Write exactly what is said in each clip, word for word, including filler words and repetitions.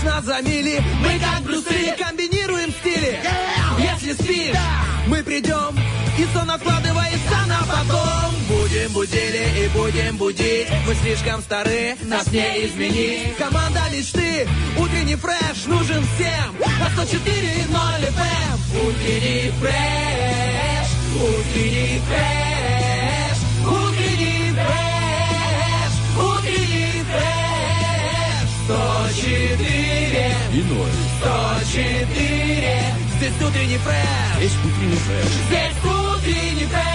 нас за мили. Мы как Брюс Ли, комбинируем стили. Если спишь, мы придем, и сон откладывается на потом. Будем будили и будем будить. Мы слишком стары, нас не изменить. Команда мечты, утренний фреш нужен всем. На сто четыре ноль эф эм. Утренний фреш, утренний фреш, утренний фреш, утренний фреш. Сто четыре и ноль. Сто четыре. Здесь утренний фреш. Здесь утренний фреш. Здесь утренний фреш.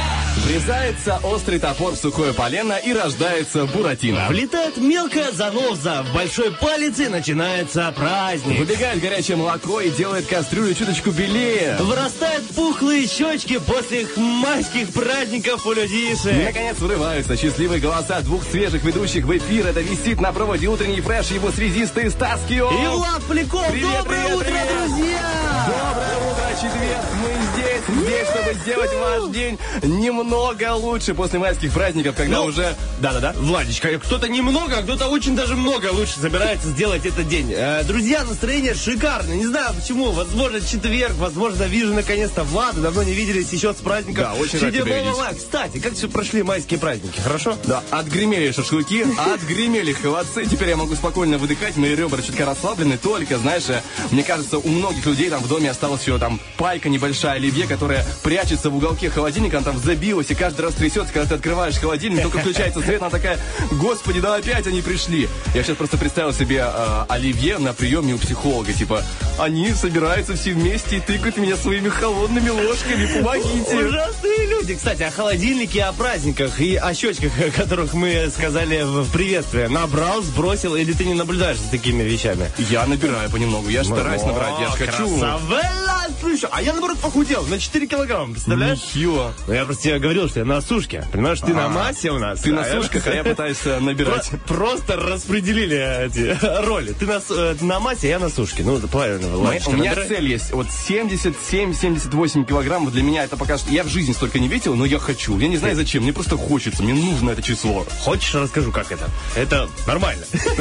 Врезается острый топор в сухое полено и рождается Буратино. Влетает мелкая заноза в большой палец и начинается праздник. Выбегает горячее молоко и делает кастрюлю чуточку белее. Вырастают пухлые щечки после их майских праздников у людишек. И, наконец, вырываются счастливые голоса двух свежих ведущих в эфир. Это висит на проводе утренний фреш, его связистые Стас Кио и Влад Поляков. Привет, Доброе привет, утро, привет. друзья! Доброе утро, четверг. Мы здесь, здесь, чтобы сделать ваш день немного лучше после майских праздников, когда ну, уже... Да-да-да. Владечка, кто-то немного, а кто-то очень даже много лучше собирается сделать этот день. Э, друзья, настроение шикарное. Не знаю почему. Возможно, четверг, возможно, вижу наконец-то Влада. Давно не виделись, еще с праздником. Да, очень рад тебя видеть. Кстати, как все прошли майские праздники? Хорошо? Да, отгремели шашлыки, отгремели холодцы. Теперь я могу спокойно выдыхать, мои ребра чутка расслаблены. Только, знаешь, мне кажется, у многих людей там в доме осталась еще там пайка небольшая, оливье, которая прячется в уголке холодильника, она там забилась, и каждый раз трясется, когда ты открываешь холодильник, только включается свет, она такая: господи, да опять они пришли. Я сейчас просто представил себе э, оливье на приеме у психолога, типа, они собираются все вместе и тыкают меня своими холодными ложками, помогите. Ужасные люди. Кстати, о холодильнике, о праздниках и о щечках, о которых мы сказали в приветствии. Набрал, сбросил, или ты не наблюдаешь за такими вещами? Я набираю понемногу, я же стараюсь набрать, я же хочу. Красавелла, слушай, а я, наоборот, похудел на четыре килограмма, представляешь? Ничего. Ну, я просто тебе говорил, что я на сушке. Понимаешь, ты а, на массе у нас. Ты а на сушках, я... а я пытаюсь набирать. Просто распределили эти роли. Ты на, ты на массе, а я на сушке. Ну, правильно. У меня набирай. Цель есть. Вот семьдесят семь - семьдесят восемь килограммов для меня это пока что... Я в жизни столько не видел, но я хочу. Я не знаю зачем, мне просто хочется. Мне нужно это число. Хочешь, расскажу, как это? Это нормально.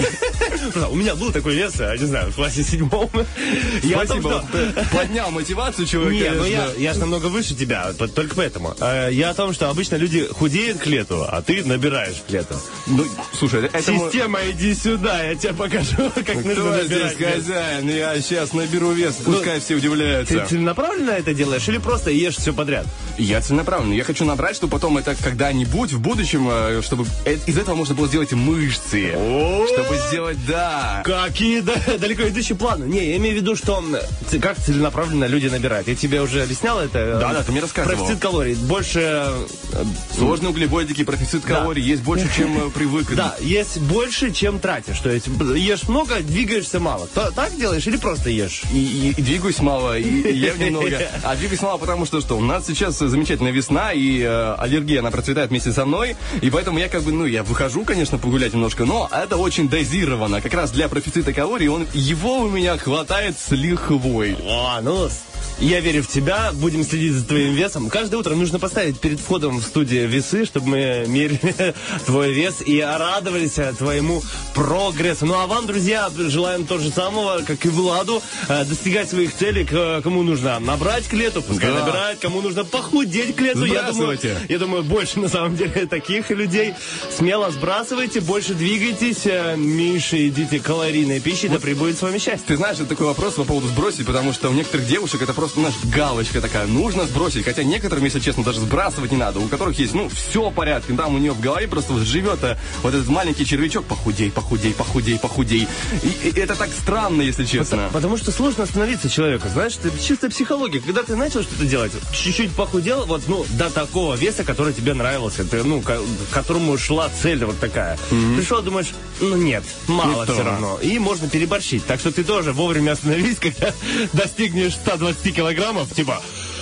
У меня был такой вес, я не знаю, в классе седьмом. Спасибо. Поднял мотивацию человека. Нет, ну я же намного выше тебя, только поэтому. Я о том, что обычно люди худеют к лету, а ты набираешь к лету. Ну, слушай, это... Система, иди сюда, я тебе покажу, как ну, нужно набирать. Кто здесь хозяин? Я сейчас наберу вес, пускай ну, все удивляются. Ты целенаправленно это делаешь или просто ешь все подряд? Я целенаправленно. Я хочу набрать, чтобы потом это когда-нибудь в будущем, чтобы из этого можно было сделать мышцы. О-о-о! Чтобы сделать, да. Какие да, далеко идущие планы. Не, я имею в виду, что как целенаправленно люди набирают. Я тебе уже объяснял это? Да, да, ты мне рассказывал. Профицит калорий. Больше... Сложные углеводики, профицит калорий да. Есть больше, чем привык. Да, есть больше, чем тратишь. То есть ешь много, двигаешься мало. Так делаешь или просто ешь? И, и, и двигаюсь мало, и, и ем немного. А двигаюсь мало, потому что что? У нас сейчас замечательная весна, и э, аллергия, она процветает вместе со мной. И поэтому я как бы, ну, я выхожу, конечно, погулять немножко, но это очень дозировано. Как раз для профицита калорий, он, его у меня хватает с лихвой. О, ну... Я верю в тебя, будем следить за твоим весом. Каждое утро нужно поставить перед входом в студию весы, чтобы мы мерили твой вес и радовались твоему прогрессу. Ну а вам, друзья, желаем то же самого, как и Владу, достигать своих целей. Кому нужно набрать к лету, пускай да. набирает, кому нужно похудеть к лету. Я думаю, я думаю, больше на самом деле таких людей. Смело сбрасывайте, больше двигайтесь, меньше едите калорийной пищи, вот. Да пребудет с вами счастье. Ты знаешь, это такой вопрос по поводу сбросить, потому что у некоторых девушек это просто, знаешь, галочка такая, нужно сбросить. Хотя некоторым, если честно, даже сбрасывать не надо. У которых есть, ну, все в порядке. Там у нее в голове просто вот живет а, вот этот маленький червячок. Похудей, похудей, похудей, похудей. И, и это так странно, если честно. Потому, потому что сложно остановиться человеку. Знаешь, это чисто психология. Когда ты начал что-то делать, чуть-чуть похудел, вот, ну, до такого веса, который тебе нравился, ты, ну, к, к которому шла цель вот такая. Mm-hmm. Пришел, думаешь, ну, нет, мало не все то. Равно. И можно переборщить. Так что ты тоже вовремя остановись, когда достигнешь ста двадцати килограммов, типа...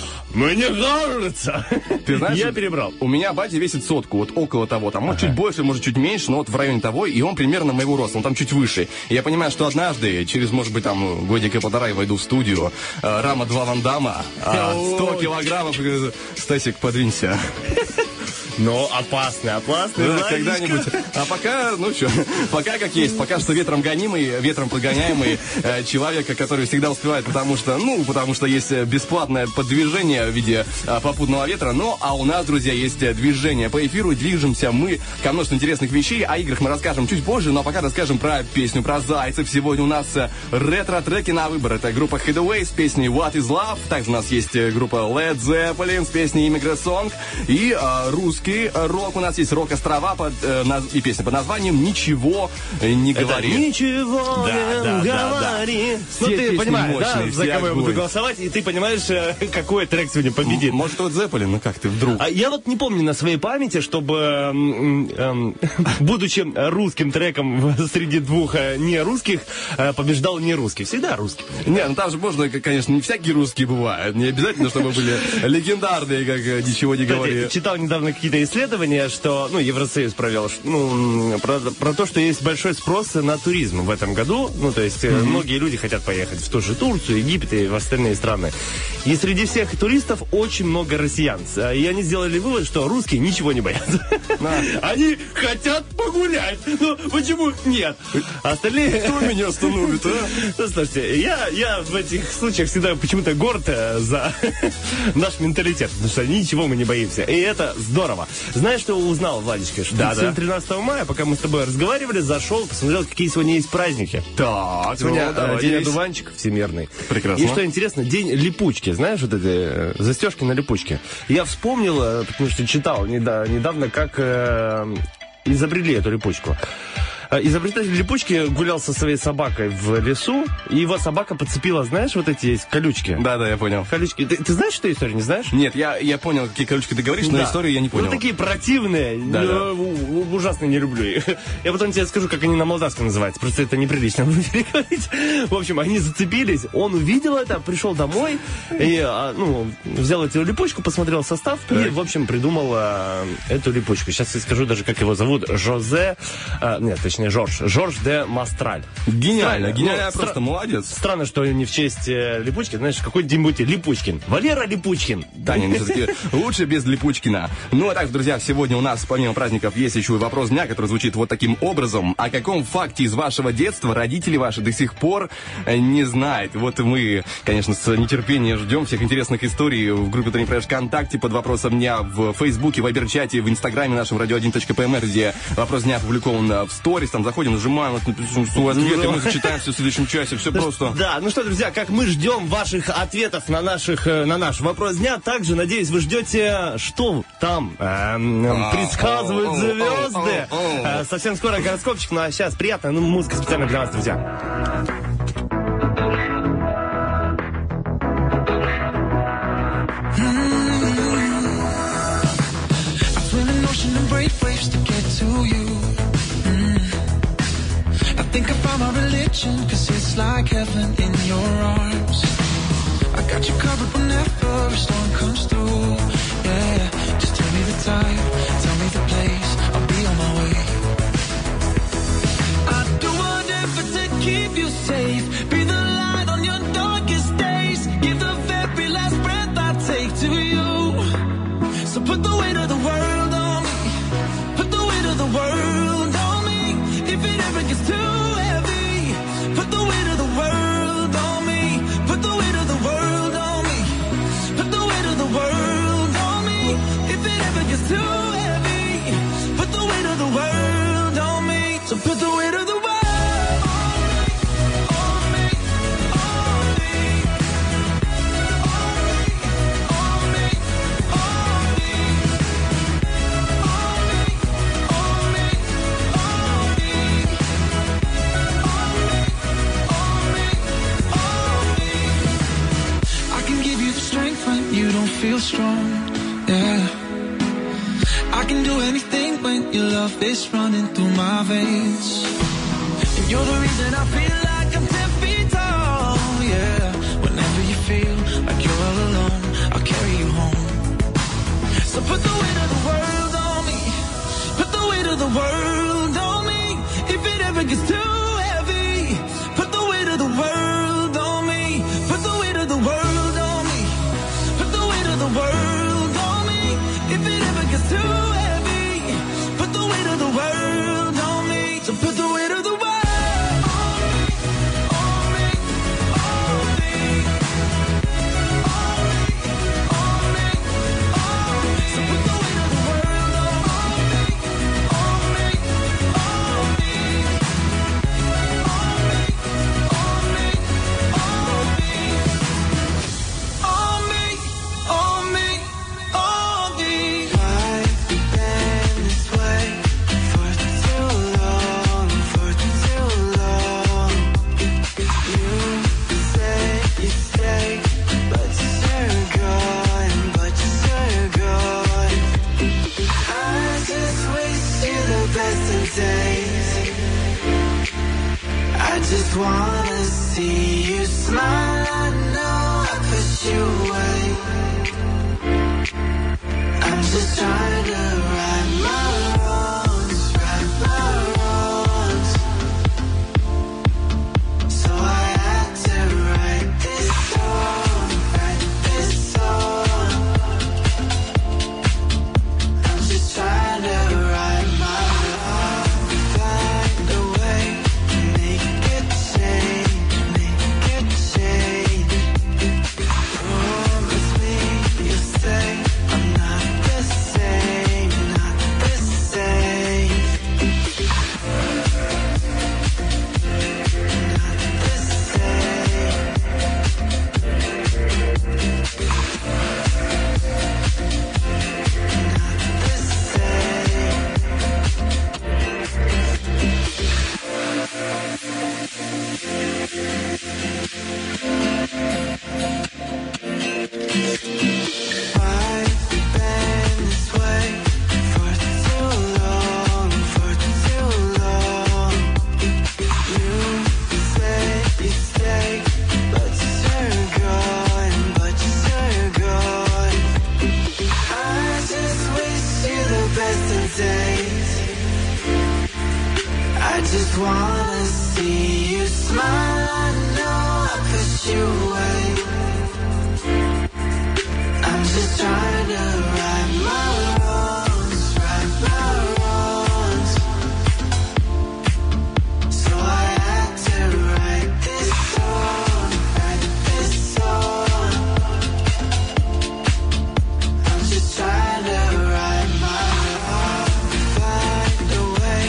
Мне кажется. Ты знаешь, я перебрал. У меня батя весит сотку, вот около того. Там, может, ага. чуть больше, может, чуть меньше, но вот в районе того. И он примерно моего роста, он там чуть выше. И я понимаю, что однажды, через, может быть, там, годик и полтора, я войду в студию, э, рама два Ван Дамма, э, сто килограммов, Стасик, подвинься. Но опасный, опасный. Да, когда-нибудь. А пока, ну что, пока как есть. Пока что ветром гонимый, ветром подгоняемый э, человека, который всегда успевает, потому что, ну, потому что есть бесплатное подвижение в виде э, попутного ветра. Но, а у нас, друзья, есть движение по эфиру. Движемся мы ко множеству интересных вещей. О играх мы расскажем чуть позже, но пока расскажем про песню про зайцев. Сегодня у нас ретро-треки на выбор. Это группа Hideaway с песней What is Love. Также у нас есть группа Led Zeppelin с песней Immigrant Song. И э, русский рок. У нас есть рок-острова под, э, наз... и песня под названием «Ничего не говори». Это «Ничего да, не да, говори». Да, да. Ну, все ты понимаешь, мощные, да, за кого я буду огонь. голосовать, и ты понимаешь, какой трек сегодня победит. М- Может, Led Zeppelin? Ну как ты вдруг? А я вот не помню на своей памяти, чтобы, эм, эм, будучи русским треком среди двух э, нерусских, э, побеждал нерусский. Всегда русский. Не, ну там же можно, конечно, не всякие русские бывают. Не обязательно, чтобы были легендарные, как э, «Ничего не говори». Кстати, читал недавно какие-то исследования, что, ну, Евросоюз провел, ну, про, про то, что есть большой спрос на туризм в этом году. Ну, то есть, mm-hmm. многие люди хотят поехать в ту же Турцию, Египет и в остальные страны. И среди всех туристов очень много россиян. И они сделали вывод, что русские ничего не боятся. Они хотят погулять. Ну, почему нет? А остальные... Кто меня остановит, а? Ну, слушайте, я, я в этих случаях всегда почему-то горд за наш менталитет, потому что ничего мы не боимся. И это здорово. Знаешь, что узнал, Владечка? Что да, сегодня тринадцатого мая, пока мы с тобой разговаривали, зашел, посмотрел, какие сегодня есть праздники. Так, Сегодня ну, давай, день есть. одуванчиков всемирный. Прекрасно. И что интересно, день липучки. Знаешь, вот эти э, застежки на липучке. Я вспомнил, э, потому что читал неда- недавно, как э, изобрели эту липучку. Изобретатель липучки гулял со своей собакой в лесу, и его собака подцепила, знаешь, вот эти есть колючки. Да, да, я понял. Колючки. Ты, ты знаешь, что историю, не знаешь? Нет, я, я понял, какие колючки ты говоришь, но Да. историю я не понял. Ну, такие противные. Да, ну, да. у- у- ужасно не люблю их. Я потом тебе скажу, как они на молдавском называются. Просто это неприлично в эфире говорить. В общем, они зацепились. Он увидел это, пришел домой и, а, ну, взял эту липучку, посмотрел состав и, Так. в общем, придумал а, эту липучку. Сейчас я скажу даже, как его зовут. Жозе... а, нет, точнее, Жорж. Жорж де Мастраль. Гениально, Странно. гениально, Ну, просто стра- молодец. Странно, что не в честь э, Липучки, знаешь, какой-нибудь Липучкин. Валера Липучкин. Да, не, все-таки лучше без Липучкина. Ну, а так, друзья, сегодня у нас, помимо праздников, есть еще и вопрос дня, который звучит вот таким образом. О каком факте из вашего детства родители ваши до сих пор э, не знают? Вот мы, конечно, с нетерпением ждем всех интересных историй в группе «Ты не проешь» ВКонтакте под вопросом дня, в Фейсбуке, в Вайбер-чате, в Инстаграме нашем радио один точка пи эм эр, где вопрос дня опубликован в сторис. Там заходим, нажимаем, вот, свой ответ, и мы зачитаем все в следующем часе. Все просто. Да, ну что, друзья, как мы ждем ваших ответов на, наших, э, на наш вопрос дня, также, надеюсь, вы ждете, что там эм, эм, предсказывают звезды. Э, Совсем скоро гороскопчик, ну а сейчас приятная ну, музыка специально для вас, друзья. I think I found my religion, cause it's like heaven in your arms. I got you covered whenever a storm comes through. Yeah, just tell me the time, tell me the place, I'll be on my way. I'd do whatever to keep you safe, be the light on your darkest days, give the very last breath I take to you. So put the weight of the world on me, put the weight of the world on me. If it ever gets too heavy, put the weight of the world on me, put the weight of the world on me, put the weight of the world on me. If it ever gets too heavy, put the weight of the world on me. So put the weight of the world on me, on me, on me, on me, on me, on me, on me, on me. I can give you the strength when you don't feel strong, yeah. I can do anything when your love is running through my veins. And you're the reason I feel like I'm ten feet tall, yeah. Whenever you feel like you're all alone, I'll carry you home. So put the weight of the world on me, put the weight of the world on me. If it ever gets too heavy, put the weight of the world on me, put the weight of the world on me, put the weight of the world on me. If it ever gets too heavy, the weight of the world on me. So put the weight of the world. I just wanna see you smile. I know I push you away. I'm just trying to right my wrongs, right my wrongs. So I had to write this song, write this song. I'm just trying to right my just wanna see you smile. I know I push you away. I'm just trying to right my wrongs, right my wrongs. So I had to write this song, write this song. I'm just trying to right my wrongs, find a way.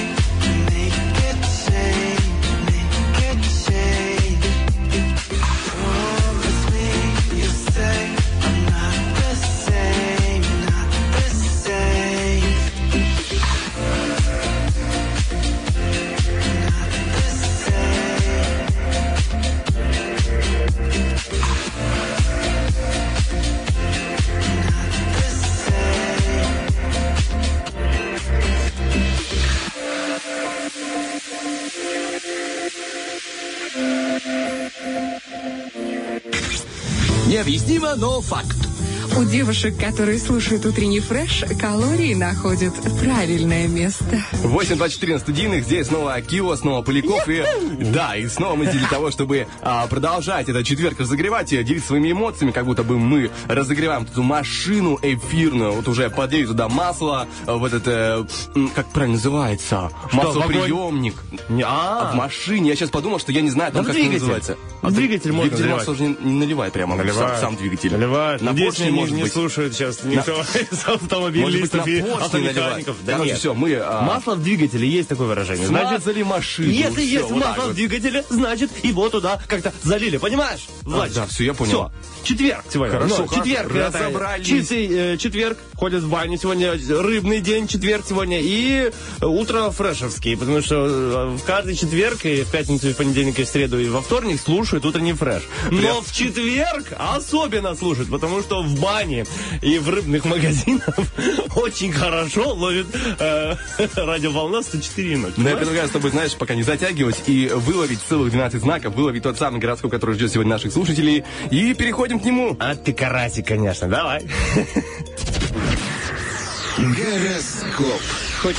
Необъяснимо, но факт. У девушек, которые слушают утренний фреш, калории находят правильное место. восемь двадцать четыре на студийных. Здесь снова Кио, снова Поляков. И, да, и снова мы здесь для того, чтобы а, продолжать этот четверг разогревать, делиться своими эмоциями, как будто бы мы разогреваем эту машину эфирную. Вот уже подлили туда масло, в этот, э, как правильно называется? Маслоприемник. А, в машине. Я сейчас подумал, что я не знаю, там, как это называется. А двигатель можно двигатель масло уже не, не наливает прямо. Наливает. Сам, сам двигатель. Наливает. На поршне, может не быть. слушают сейчас никто из автомобилистов и автомехаников. Да Короче, нет. все, мы... А... Масло в двигателе, есть такое выражение. Смазали машину. Если все, есть вот масло вот. в двигателе, значит его туда как-то залили, понимаешь? А, да, все, я понял. Все, четверг сегодня. Хорошо, ну, четверг. хорошо, Это разобрались. чистый э, четверг, ходят в баню сегодня, рыбный день, четверг сегодня, и утро фрешевский, потому что э, в каждый четверг, и в пятницу, и в понедельник, и в среду, и во вторник слушают утренний фреш. Но в четверг особенно слушают, потому что в бане и в рыбных магазинах очень хорошо ловит э, радиоволна сто четыре ноль. Но я предлагаю с тобой, знаешь, пока не затягивать и выловить целых двенадцать знаков, выловить тот самый гороскоп, который ждет сегодня наших слушателей, и переходим к нему. А ты карасик, конечно, давай. Гороскоп. Хоть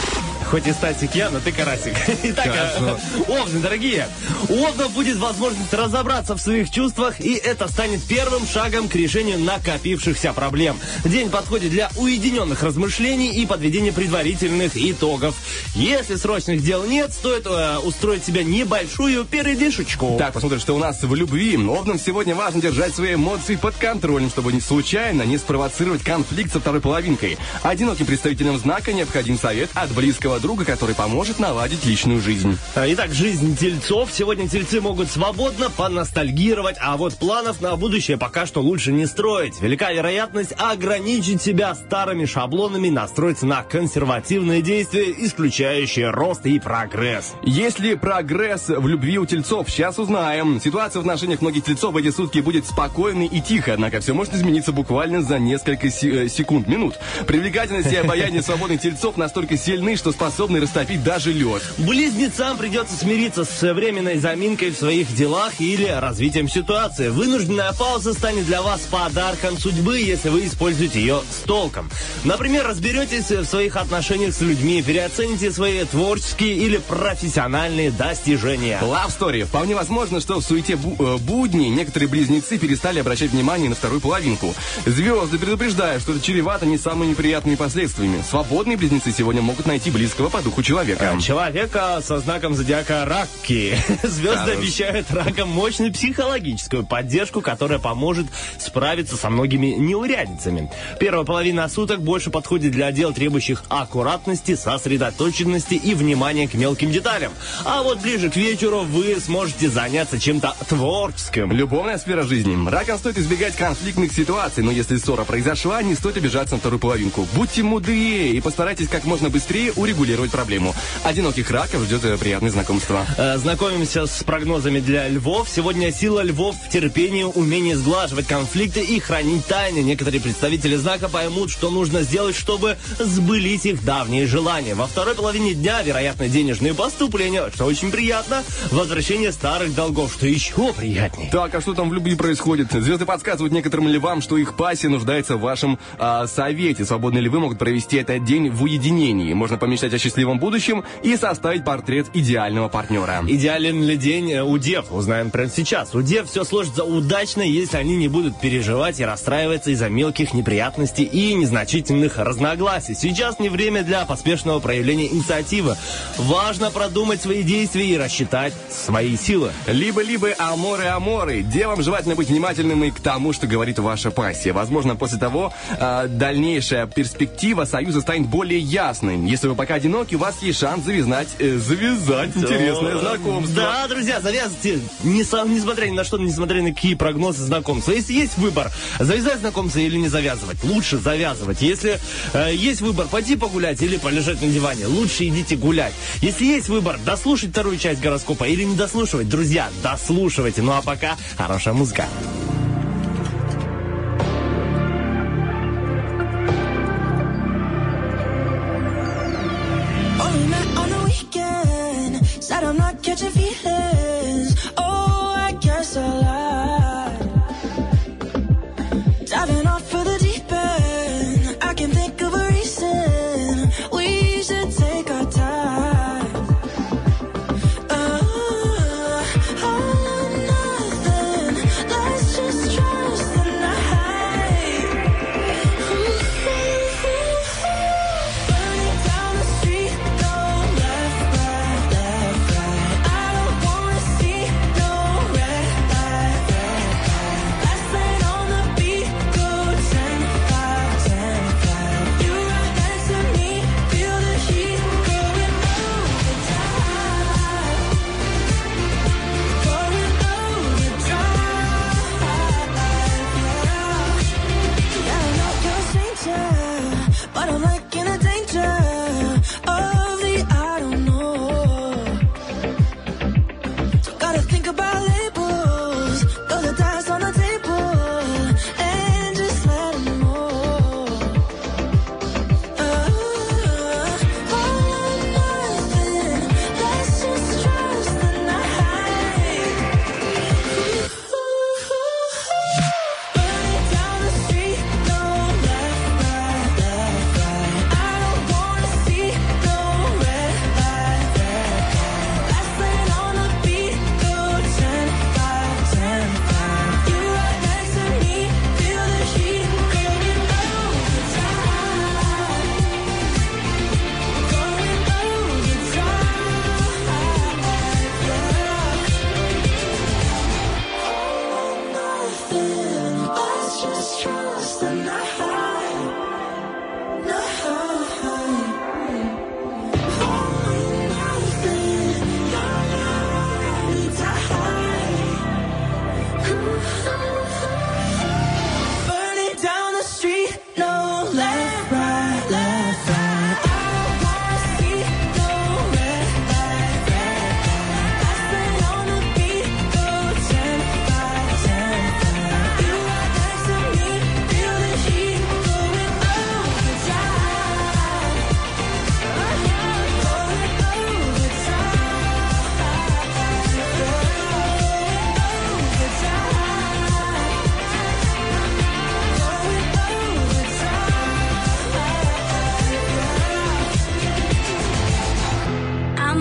Хоть и статик я, но ты карасик. Итак, Хорошо. Овны, дорогие, у Овнов будет возможность разобраться в своих чувствах, и это станет первым шагом к решению накопившихся проблем. День подходит для уединенных размышлений и подведения предварительных итогов. Если срочных дел нет, стоит э, устроить себе небольшую передышечку. Так, посмотрим, что у нас в любви. Овнам сегодня важно держать свои эмоции под контролем, чтобы не случайно не спровоцировать конфликт со второй половинкой. Одиноким представителям знака необходим совет от близкого друга, который поможет наладить личную жизнь. Итак, жизнь тельцов. Сегодня тельцы могут свободно поностальгировать, а вот планов на будущее пока что лучше не строить. Велика вероятность ограничить себя старыми шаблонами, настроиться на консервативные действия, исключающие рост и прогресс. Есть ли прогресс в любви у тельцов? Сейчас узнаем. Ситуация в отношениях многих тельцов в эти сутки будет спокойной и тихой, однако все может измениться буквально за несколько се- секунд, минут. Привлекательность и обаяние свободных тельцов настолько сильны, что способны растопить даже лед. Близнецам придется смириться с временной заминкой в своих делах или развитием ситуации. Вынужденная пауза станет для вас подарком судьбы, если вы используете ее с толком. Например, разберетесь в своих отношениях с людьми, переоцените свои творческие или профессиональные достижения. Love Story. Вполне возможно, что в суете бу- э, будни некоторые близнецы перестали обращать внимание на вторую половинку. Звезды предупреждают, что это чревато не самыми неприятными последствиями. Свободные близнецы сегодня могут найти близкого по духу человека. Человека со знаком зодиака Раки. Звезды Да, обещают ракам мощную психологическую поддержку, которая поможет справиться со многими неурядицами. Первая половина суток больше подходит для дел, требующих аккуратности, сосредоточенности и внимания к мелким деталям. А вот ближе к вечеру вы сможете заняться чем-то творческим. Любовная сфера жизни. Ракам стоит избегать конфликтных ситуаций, но если ссора произошла, не стоит обижаться на вторую половинку. Будьте мудрее и постарайтесь как можно быстрее урегулировать проблему. Одиноких раков ждет э, приятное знакомство. Э, Знакомимся с прогнозами для львов. Сегодня сила львов в терпении, умении сглаживать конфликты и хранить тайны. Некоторые представители знака поймут, что нужно сделать, чтобы сбылись их давние желания. Во второй половине дня, вероятно, денежные поступления, что очень приятно. Возвращение старых долгов, что еще приятнее. Так, а что там в любви происходит? Звезды подсказывают некоторым львам, что их пассия нуждается в вашем а, совете. Свободные львы могут провести этот день в уединении. Можно помечтать о счастливом будущем и составить портрет идеального партнера. Идеален ли день у дев? Узнаем прямо сейчас. У дев все сложится удачно, если они не будут переживать и расстраиваться из-за мелких неприятностей и незначительных разногласий. Сейчас не время для поспешного проявления инициативы. Важно продумать свои действия и рассчитать свои силы. Либо-либо аморы-аморы. Девам желательно быть внимательным и к тому, что говорит ваша пассия. Возможно, после того э, дальнейшая перспектива союза станет более ясной. Если вы пока одиноки, у вас есть шанс завязать, э, завязать интересное знакомство. Да, друзья, завязывайте, не со- несмотря ни на что, несмотря на какие прогнозы знакомства. Если есть выбор, завязать знакомство или не завязывать, лучше завязывать. Если э, есть выбор, пойти погулять или полежать на диване, лучше идите гулять. Если есть выбор, дослушать вторую часть гороскопа или не дослушивать, друзья, дослушивайте. Ну а пока хорошая музыка. Only met on the weekend. Said I'm not catching feelings. Oh, I guess I lied. Diving off for the deep end. I can think of a reason we should take our time. Oh, oh, nothing. Let's just trust the night. Burning down the street, go left, right, left, right. I don't want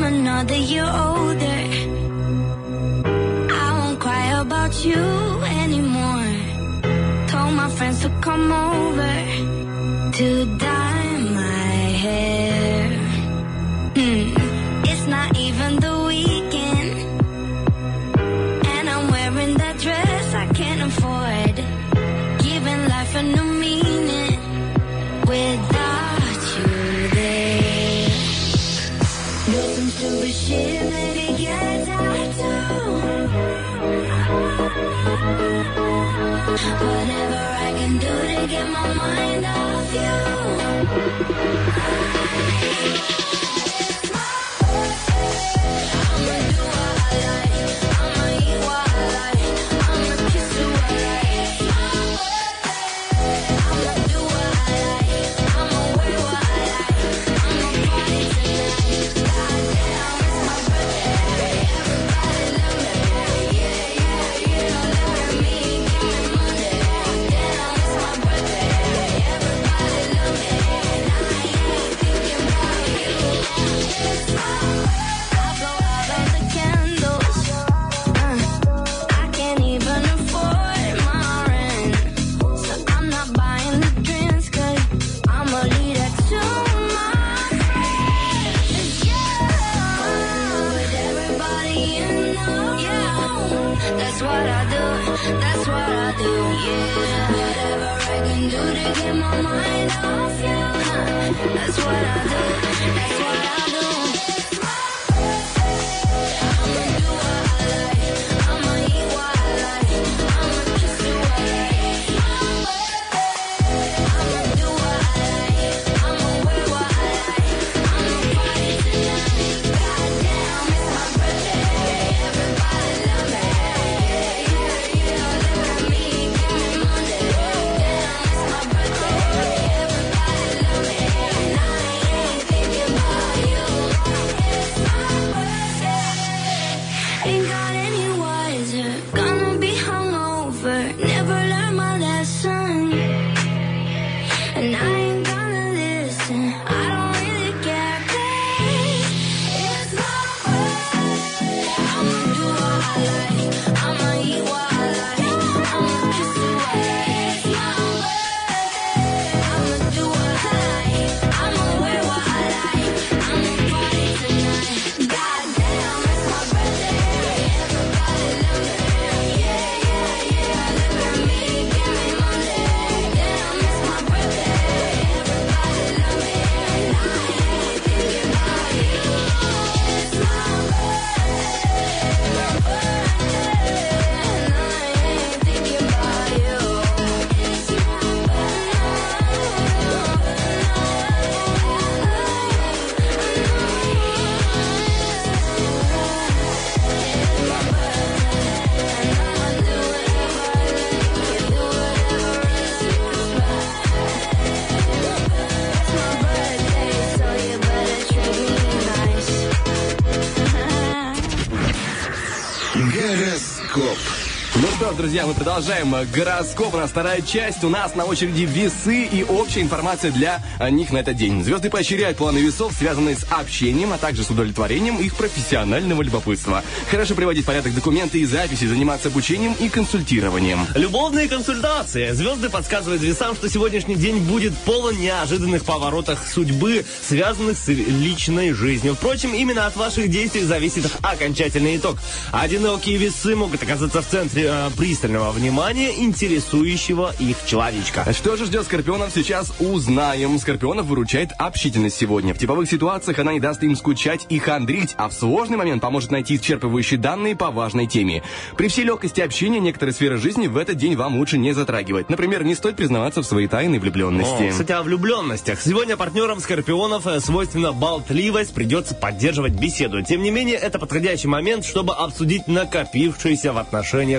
another year older. I won't cry about you anymore. Told my friends to come over to dye my hair. Hmm. It's not even the weekend, and I'm wearing that dress I can't afford. Giving life a new meaning without you there. Do some stupid shit, maybe get a tattoo. Whatever I can do to get my mind off you. I'ma do what I like, I'ma eat what I like, I'ma kiss who I like. I'ma do what I like, I'ma wear what I like, I'ma party tonight. Goddamn, it's my birthday, everybody love me. Yeah, yeah, you don't look at me, give me money. Goddamn, it's my birthday, everybody love me. And I ain't thinking about you. It's my I blow out all the candles. Uh, I can't even afford my rent, so I'm not buying the drinks, 'cause I'ma leave that to my friends. It's you with everybody you know. Yeah, that's what I do. That's what I do. Yeah, whatever I can do to get my mind off you. Huh, that's what I do. That's what I do. I'ma do what I like, I'ma eat what I like, I'ma kiss who I like. I'ma do what I like, I'ma wear what I like, I'ma party tonight. Goddamn, it's my birthday, everybody love me. Yeah, yeah, you don't look at me, give me money. Damn, it's my birthday, everybody love me. And I ain't thinking about you. It's my birthday. Ain't got any wiser, gonna be hungover, never learn my lesson. And I ain't gonna listen, I don't really care, 'cause it's my birthday. I'ma do what I like, I'ma eat what I like, I'ma kiss who I like. It's my birthday. I'ma do what I like, I'ma wear what I like, I'ma party tonight. Goddamn, it's my birthday, everybody love me. Yeah, yeah, yeah, look at me, give me money. Damn, it's my birthday, everybody love me. And I ain't thinking about you. It's my birthday, my birthday, and I ain't thinking about you. It's my Гороскоп. Ну что ж, друзья, мы продолжаем гороскоп. У нас вторая часть. У нас на очереди весы и общая информация для них на этот день. Звезды поощряют планы весов, связанные с общением, а также с удовлетворением их профессионального любопытства. Хорошо приводить в порядок документы и записи, заниматься обучением и консультированием. Любовные консультации. Звезды подсказывают весам, что сегодняшний день будет полон неожиданных поворотов судьбы, связанных с личной жизнью. Впрочем, именно от ваших действий зависит окончательный итог. Одинокие весы могут оказаться в центре э, пристального внимания интересующего их человечка. Что же ждет скорпионов, сейчас узнаем. Скорпионов выручает общительность сегодня. В типовых ситуациях она не даст им скучать и хандрить, а в сложный момент поможет найти исчерпывающие данные по важной теме. При всей легкости общения некоторые сферы жизни в этот день вам лучше не затрагивать. Например, не стоит признаваться в своей тайной влюбленности. О, кстати, о влюбленностях. Сегодня партнерам скорпионов свойственна болтливость, придется поддерживать беседу. Тем не менее, это подходящий момент, чтобы обсудить накопившиеся в отношениях вопросики.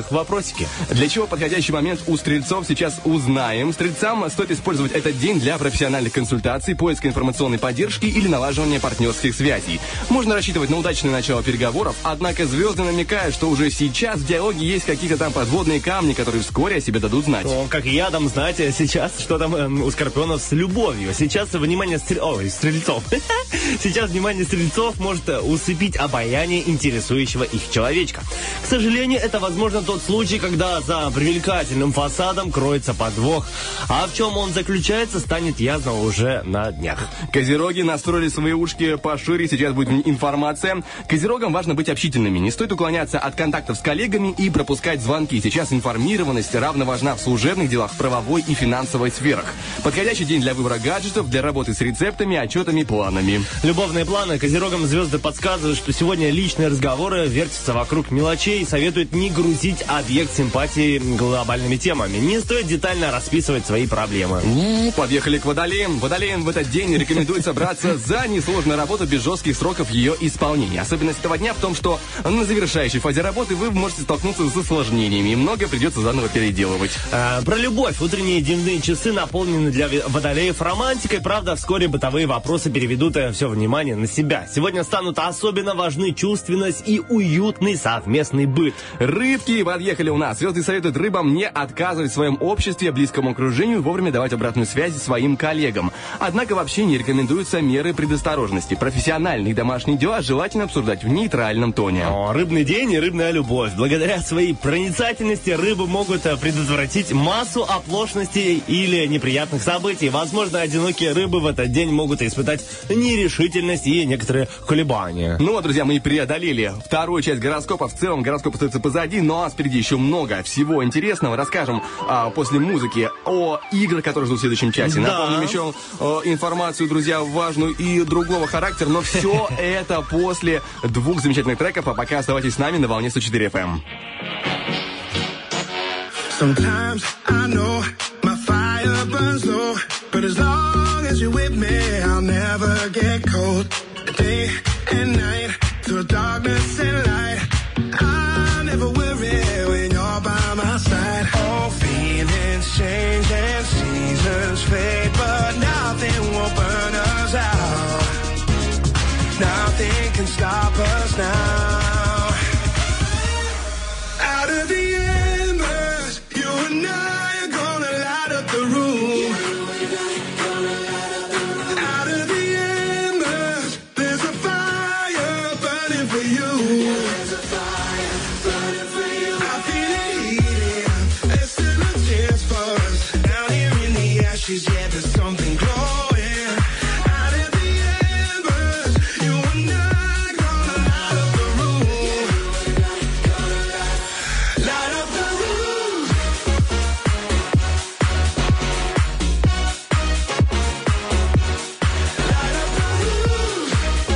вопросики. Для чего подходящий момент у стрельцов сейчас узнаем. Стрельцам стоит использовать этот день для профессиональных консультаций, поиска информационной поддержки или налаживания партнерских связей. Можно рассчитывать на удачное начало переговоров, однако звезды намекают, что уже сейчас в диалоге есть какие-то там подводные камни, которые вскоре о себе дадут знать. Ну, как я дам знать, сейчас что там э, у скорпионов с любовью. Сейчас внимание стрель... Ой, стрельцов. Сейчас внимание стрельцов может усыпить обаяние интересующего их человечка. К сожалению, это, возможно, тот случай, когда за привлекательным фасадом кроется подвох. А в чем он заключается, станет ясно уже на днях. Козероги настроили свои ушки пошире, сейчас будет информация. Козерогам важно быть общительными, не стоит уклоняться от контактов с коллегами и пропускать звонки. Сейчас информированность равно важна в служебных делах, правовой и финансовой сферах. Подходящий день для выбора гаджетов, для работы с рецептами, отчетами, планами. Любовные планы. Козерогам звезды подсказывают, что сегодня личные разговоры вертятся вокруг мелочей и советуют не грузить объект симпатии глобальными темами. Не стоит детально расписывать свои проблемы. У, подъехали к водолеям. Водолеям в этот день рекомендуется браться за несложную работу без жестких сроков ее исполнения. Особенность этого дня в том, что на завершающей фазе работы вы можете столкнуться с осложнениями и многое придется заново переделывать. А, про любовь. Утренние дневные часы наполнены для водолеев романтикой. Правда, вскоре бытовые вопросы переведут все внимание на себя. Сегодня станут особенно важны чувственность и уютный совместный быт. Рыбки подъехали у нас. Звезды советуют рыбам не отказывать в своем обществе, близкому окружению, вовремя давать обратную связь своим коллегам. Однако в общении рекомендуются меры предосторожности. Профессиональные и домашние дела желательно обсуждать в нейтральном тоне. О, рыбный день и рыбная любовь. Благодаря своей проницательности рыбы могут предотвратить массу оплошностей или неприятных событий. Возможно, одинокие рыбы в этот день могут испытать нерешительность и некоторые колебания. Ну вот, друзья, мы преодолели вторую часть гороскопа. В целом гороскоп остается позади, но впереди еще много всего интересного. Расскажем а, после музыки о играх, которые ждут в следующем часе. Да. Напомним еще а, информацию, друзья, важную и другого характера. Но все это после двух замечательных треков. А пока оставайтесь с нами на волне сто четыре эф эм. Sometimes I know my fire burns low, but as long as you're with me, I'll never get cold. Day and night, through darkness and light, I never worry when you're by my side. All feelings change and seasons fade, but nothing will burn us out. Nothing can stop us now. Out of the embers, you and I are gonna light up the room. Out of the embers, there's a fire burning for you. There's a fire burning for you. I feel it heating. There's still a chance for us. Down here in the ashes, yeah, there's something glowing. Out of the embers, you and I are gonna light up the room. Light up the room. Light up the room.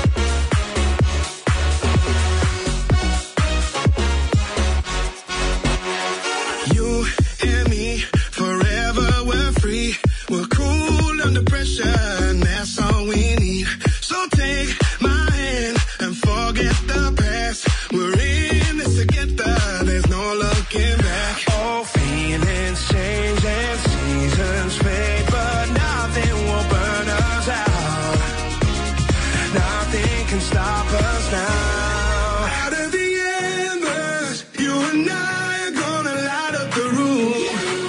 You and me, forever we're free. We're cool under pressure, and that's all we need. So take my hand and forget the past. We're in this together, there's no looking back. All feelings change and seasons fade, but nothing will burn us out. Nothing can stop us now. Out of the embers, you and I are gonna light up the room.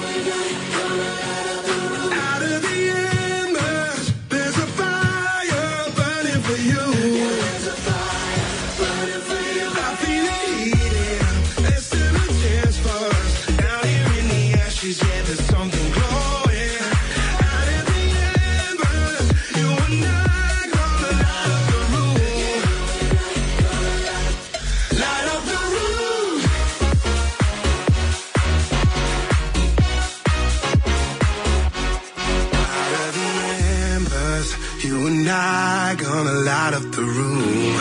Out of the embers, there's a fire burning for you. There's a fire burning for you. I feel it heating. There's still a chance for us. Down here in the ashes, yeah, there's something glowing. Out of the embers, you and I gonna light up the room. Light up the room. Out of the embers, you and I gonna light up the room.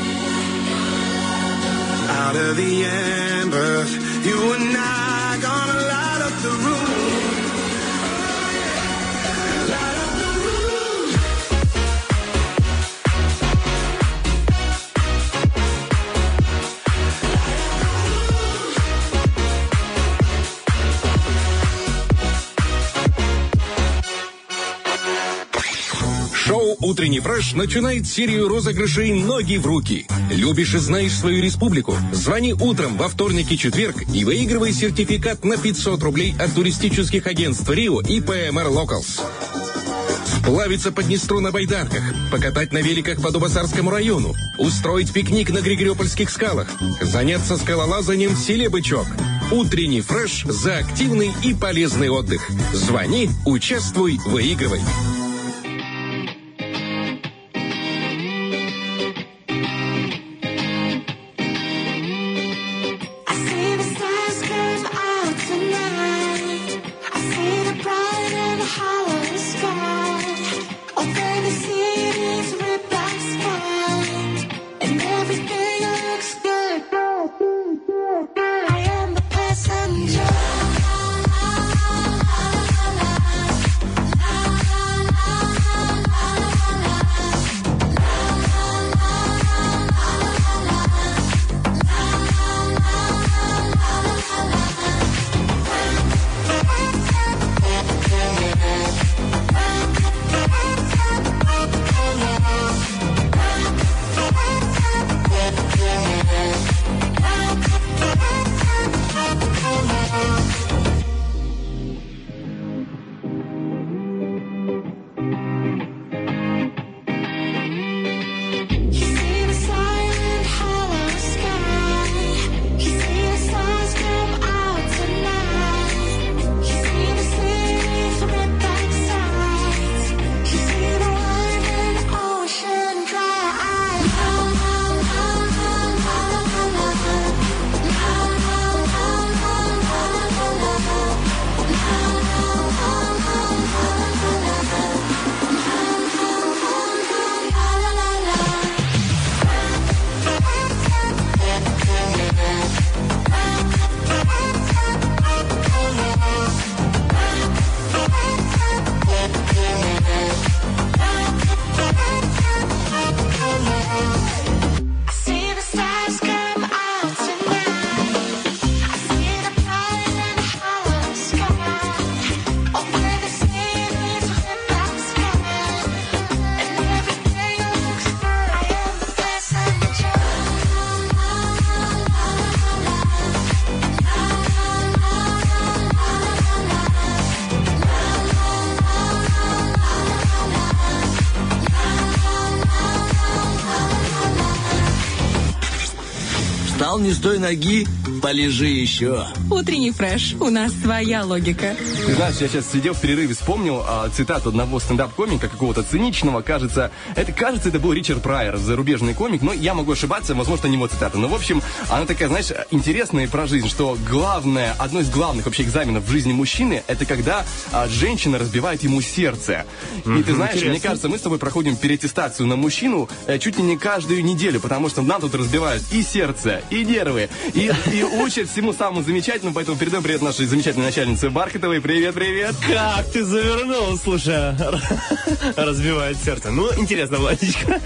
Out of the embers, you and I gonna light up the room. Light up the room. Light up the room. Утренний фреш начинает серию розыгрышей «Ноги в руки». Любишь и знаешь свою республику? Звони утром во вторник и четверг и выигрывай сертификат на пятьсот рублей от туристических агентств «Рио» и пэ эм эр Locals. Сплавиться по Днестру на байдарках, покатать на великах по Дубосарскому району, устроить пикник на Григориопольских скалах, заняться скалолазанием в селе Бычок. Утренний фреш за активный и полезный отдых. Звони, участвуй, выигрывай. Встал не с той ноги, полежи еще. Утренний фреш. У нас своя логика. Ты знаешь, я сейчас сидел в перерыве, вспомнил а, цитату одного стендап-комика, какого-то циничного, кажется, это, кажется, это был Ричард Прайер, зарубежный комик, но я могу ошибаться, возможно, не его цитата. Но, в общем, она такая, знаешь, интересная про жизнь, что главное, одно из главных вообще экзаменов в жизни мужчины, это когда а, женщина разбивает ему сердце. И ты знаешь, интересно. мне кажется, мы с тобой проходим переаттестацию на мужчину э, чуть ли не каждую неделю, потому что нам тут разбивают и сердце, и нервы, и, и учат всему самому замечательному, поэтому передаем привет нашей замечательной начальнице Бархатовой. Привет, привет. Как ты завернул, слушай, разбивает сердце. Ну, интересно, Владичка.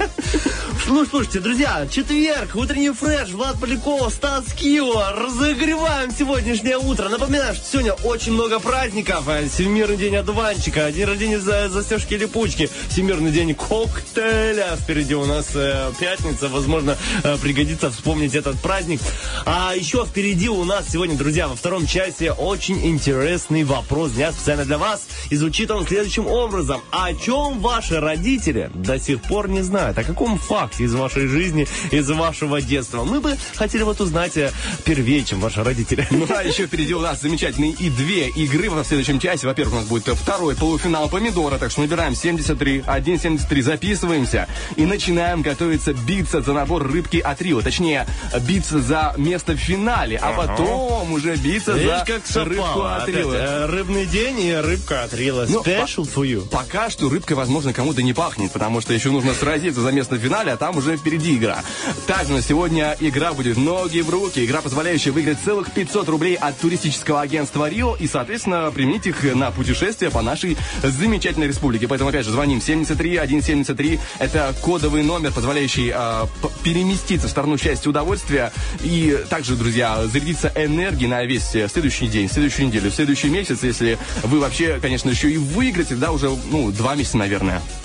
Ну, слушайте, друзья, четверг, утренний фреш, Влад Поляков, Стас Кио. Разогреваем сегодняшнее утро. Напоминаю, что сегодня очень много праздников. Всемирный день одуванчика, день рождения за застежки липучки, Всемирный день коктейля. Впереди у нас э, пятница, возможно, э, пригодится вспомнить этот праздник. А еще впереди у нас сегодня, друзья, во втором часе очень интересный вопрос дня специально для вас. И звучит он следующим образом. О чем ваши родители до сих пор не знают? О каком факте из вашей жизни, из вашего детства? Мы бы хотели вот узнать э, первее, чем ваши родители. Ну а еще впереди у нас замечательные и две игры в следующем часе. Во-первых, у нас будет второй полуфинал помидора, так что набираем семьдесят три, сто семьдесят три, записываемся и начинаем готовиться биться за набор рыбки от Рио. Точнее, биться за место в финале, а Ага. потом уже биться Видишь, за как рыбку совпало. от Опять, Рио. э, рыбный день и рыбка от Рио. Ну, Special for you. Пока что рыбка, возможно, кому-то не пахнет, потому что еще нужно сразиться за место в финале, а там уже впереди игра. Также на сегодня игра будет «Ноги в руки». Игра, позволяющая выиграть целых пятьсот рублей от туристического агентства «Рио» и, соответственно, применить их на путешествие по нашей замечательной республике. Поэтому, опять же, звоним семьдесят три, сто семьдесят три. Это кодовый номер, позволяющий э, п- переместиться в сторону счастья и удовольствия. И также, друзья, зарядиться энергией на весь следующий день, следующую неделю, следующий месяц, если вы вообще, конечно, еще и выиграете, да, уже, ну, два месяца, наверное.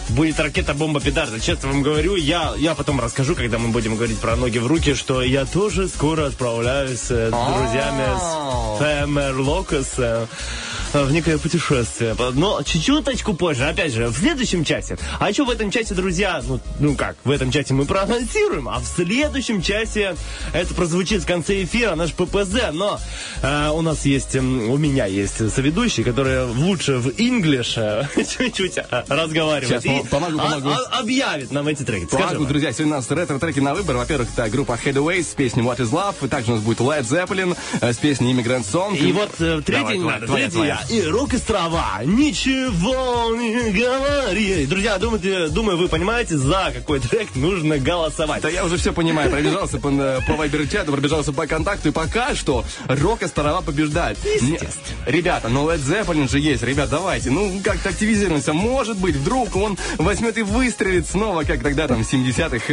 будет ракета, бомба, петарда. Честно вам говорю, я, я потом расскажу, когда мы будем говорить про ноги в руки, что я тоже скоро отправляюсь э, с друзьями с Фэмер Локос э, в некое путешествие. Но чуть-чуточку позже, опять же, в следующем часе. А еще в этом часе, друзья, ну, ну как, в этом часе мы проанонсируем, а в следующем часе это прозвучит в конце эфира, наш ППЗ. Но э, у нас есть, у меня есть соведущий, который лучше в English э, чуть-чуть э, разговаривает. Сейчас, и помогу, помогу. А, а, объявит нам эти треки. Помогу, Скажи, друзья, сегодня у нас ретро-треки на выбор. Во-первых, это группа Headaways с песней What is Love. И также у нас будет Led Zeppelin э, с песней Immigrant Song. И вот э, третья Давай, не твоя, надо, твоя, третья твоя. и рок-острова. Ничего не говори. Друзья, думаю, думаю, вы понимаете, за какой трек нужно голосовать. Да я уже все понимаю. Пробежался по, по вайбер-чату, пробежался по контакту. И пока что рок-острова побеждает. Естественно. Ребята, ну Led Zeppelin же есть. Ребят, давайте, ну как-то активизируемся. Может быть, вдруг он возьмет и выстрелит снова, как тогда там в семидесятых.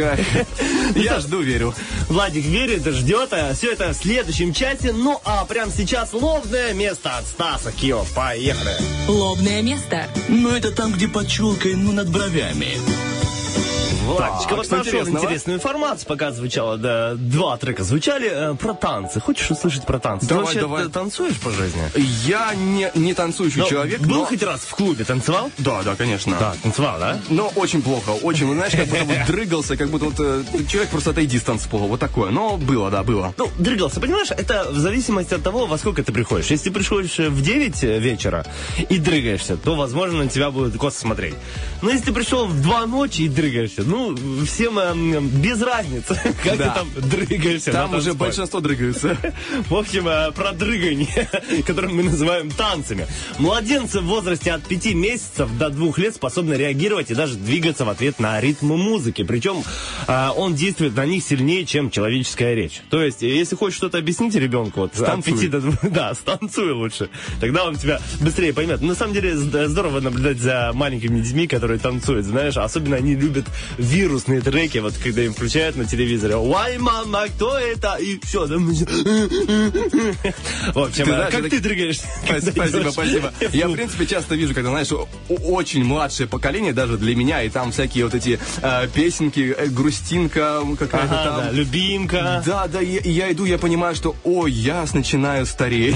Я жду, верю. Владик верит, ждет. а Все это в следующем часе. Ну, а прямо сейчас лобное место от Стаса Кио. Поехали. Лобное место. Ну это там, где под челкой, ну над бровями. Владичка, Так, вот что нашел интересного? интересную информацию, пока звучало, да, два трека звучали э, про танцы. Хочешь услышать про танцы? Давай, Ты вообще давай. т- танцуешь по жизни? Я не, не танцующий Ну, человек, был но... хоть раз в клубе, танцевал? Да, да, конечно. Да, танцевал, да? Но очень плохо, очень, ну, знаешь, как будто вот дрыгался, как будто вот э, человек просто отойди с танцпола, вот такое. Но было, да, было. Ну, дрыгался, понимаешь, это в зависимости от того, во сколько ты приходишь. Если ты приходишь в девять вечера и дрыгаешься, то, возможно, на тебя будут косо смотреть. Но если ты пришел в два ночи и дрыгаешься, ну, всем эм, без разницы, как Да. ты там дрыгаешься. Там на уже танцполе. большинство дрыгаются. В общем, э, про дрыгание, которое мы называем танцами. Младенцы в возрасте от пяти месяцев до двух лет способны реагировать и даже двигаться в ответ на ритмы музыки. Причем э, он действует на них сильнее, чем человеческая речь. То есть, если хочешь что-то объяснить ребенку, вот, от Станцуй. пяти до двух, да, станцуй лучше. Тогда он тебя быстрее поймет. Но на самом деле з- здорово наблюдать за маленькими детьми, которые танцуют, знаешь. Особенно они любят вирусные треки, вот когда им включают на телевизоре. Ой, мама, кто это? И все. В общем, Ты а знаешь, как это- ты дрыгаешься? когда Спасибо, идешь спасибо. в Я, в клуб? принципе, часто вижу, когда, знаешь, о- очень младшее поколение, даже для меня, и там всякие вот эти э, песенки, э, грустинка какая-то Ага, там. да, любимка. Да, да, и, и я иду, я понимаю, что, ой, я начинаю стареть.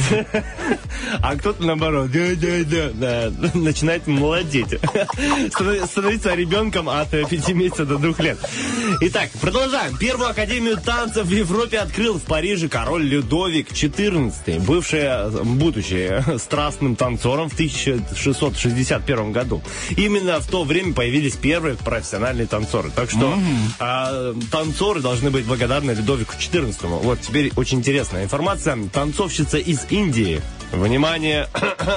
А кто-то наоборот, да, да, да, да, начинает молодеть. Станов- Становиться ребенком от э, пяти месяцев до двух лет. Итак, продолжаем. Первую академию танцев в Европе открыл в Париже король Людовик четырнадцатый, бывший, э, будучи э, страстным танцором в тысяча шестьсот шестьдесят первом году. Именно в то время появились первые профессиональные танцоры. Так что э, танцоры должны быть благодарны Людовику четырнадцатому. Вот, теперь очень интересная информация. Танцовщица из Индии. Внимание,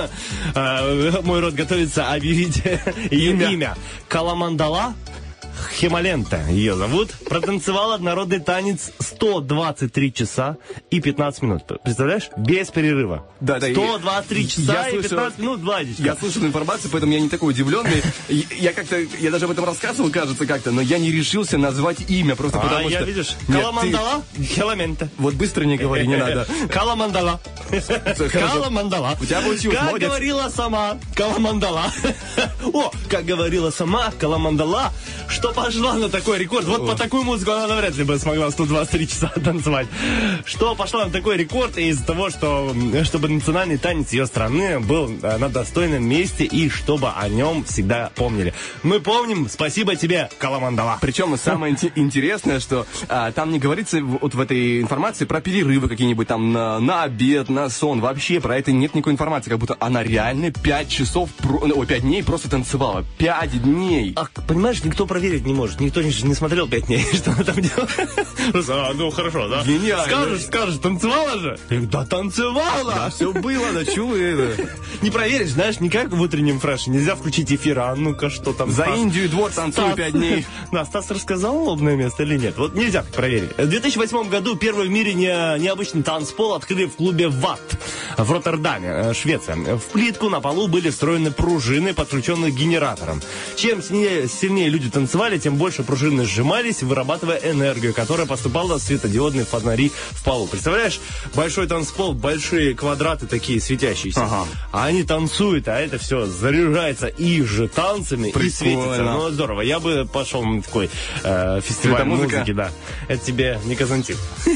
Э, мой род готовится объявить ее Имя. имя. Каламандала Хемалента ее зовут. Протанцевала народный танец сто двадцать три часа и пятнадцать минут. Представляешь? Без перерыва. Да, да, сто двадцать три часа я и слышу- пятнадцать минут, Владичка. Я слышал информацию, поэтому я не такой удивленный. И Я как-то, я даже об этом рассказывал, кажется, как-то, но я не решился назвать имя, просто А, потому я, что... видишь, Нет, Каламандала Хемалента. ты Вот быстро не говори, не надо. Каламандала. Хорошо. Каламандала. У тебя получилось, Как молодец. говорила сама Каламандала. О, как говорила сама Каламандала, что пошла на такой рекорд. Вот по такую музыку она навряд ли бы смогла сто двадцать три часа танцевать. Что пошла на такой рекорд из-за того, что чтобы национальный танец ее страны был э, на достойном месте и чтобы о нем всегда помнили. Мы помним. Спасибо тебе, Каламандала. Причем самое инте- интересное, что а, там не говорится в- вот в этой информации про перерывы какие-нибудь там на, на обед, на сон. Вообще про это нет никакой информации. Как будто она реально пять часов, про- ой, пять дней просто танцевала. Пять дней. А, понимаешь, никто проверить не может. Никто не, не смотрел пять дней, что она там делала. Просто, а, ну хорошо, да? Гениально. Скажешь, скажешь, танцевала же? Я говорю, да танцевала! Да, все было, да чего вы это? Не проверишь, знаешь, не как в утреннем фреше. Нельзя включить эфир, а ну-ка, что там. За Стас? Индию и двор танцую Стас. пять дней. Да, Стас рассказал лобное место или нет? Вот нельзя так проверить. В две тысячи восьмом году первый в мире не, необычный танцпол открыли в клубе ВАТ в Роттердаме, э, Швеция. В плитку на полу были встроены пружины, подключенные к генераторам. Чем сильнее, сильнее люди танцевали, танцевали, тем больше пружины сжимались, вырабатывая энергию, которая поступала в светодиодные фонари в полу. Представляешь, большой танцпол, большие квадраты такие светящиеся. Ага. А они танцуют, а это все заряжается их же танцами. Прикольно. И светится. Ну, здорово. Я бы пошел на такой э, фестиваль музыки, да. Это тебе не Казантип.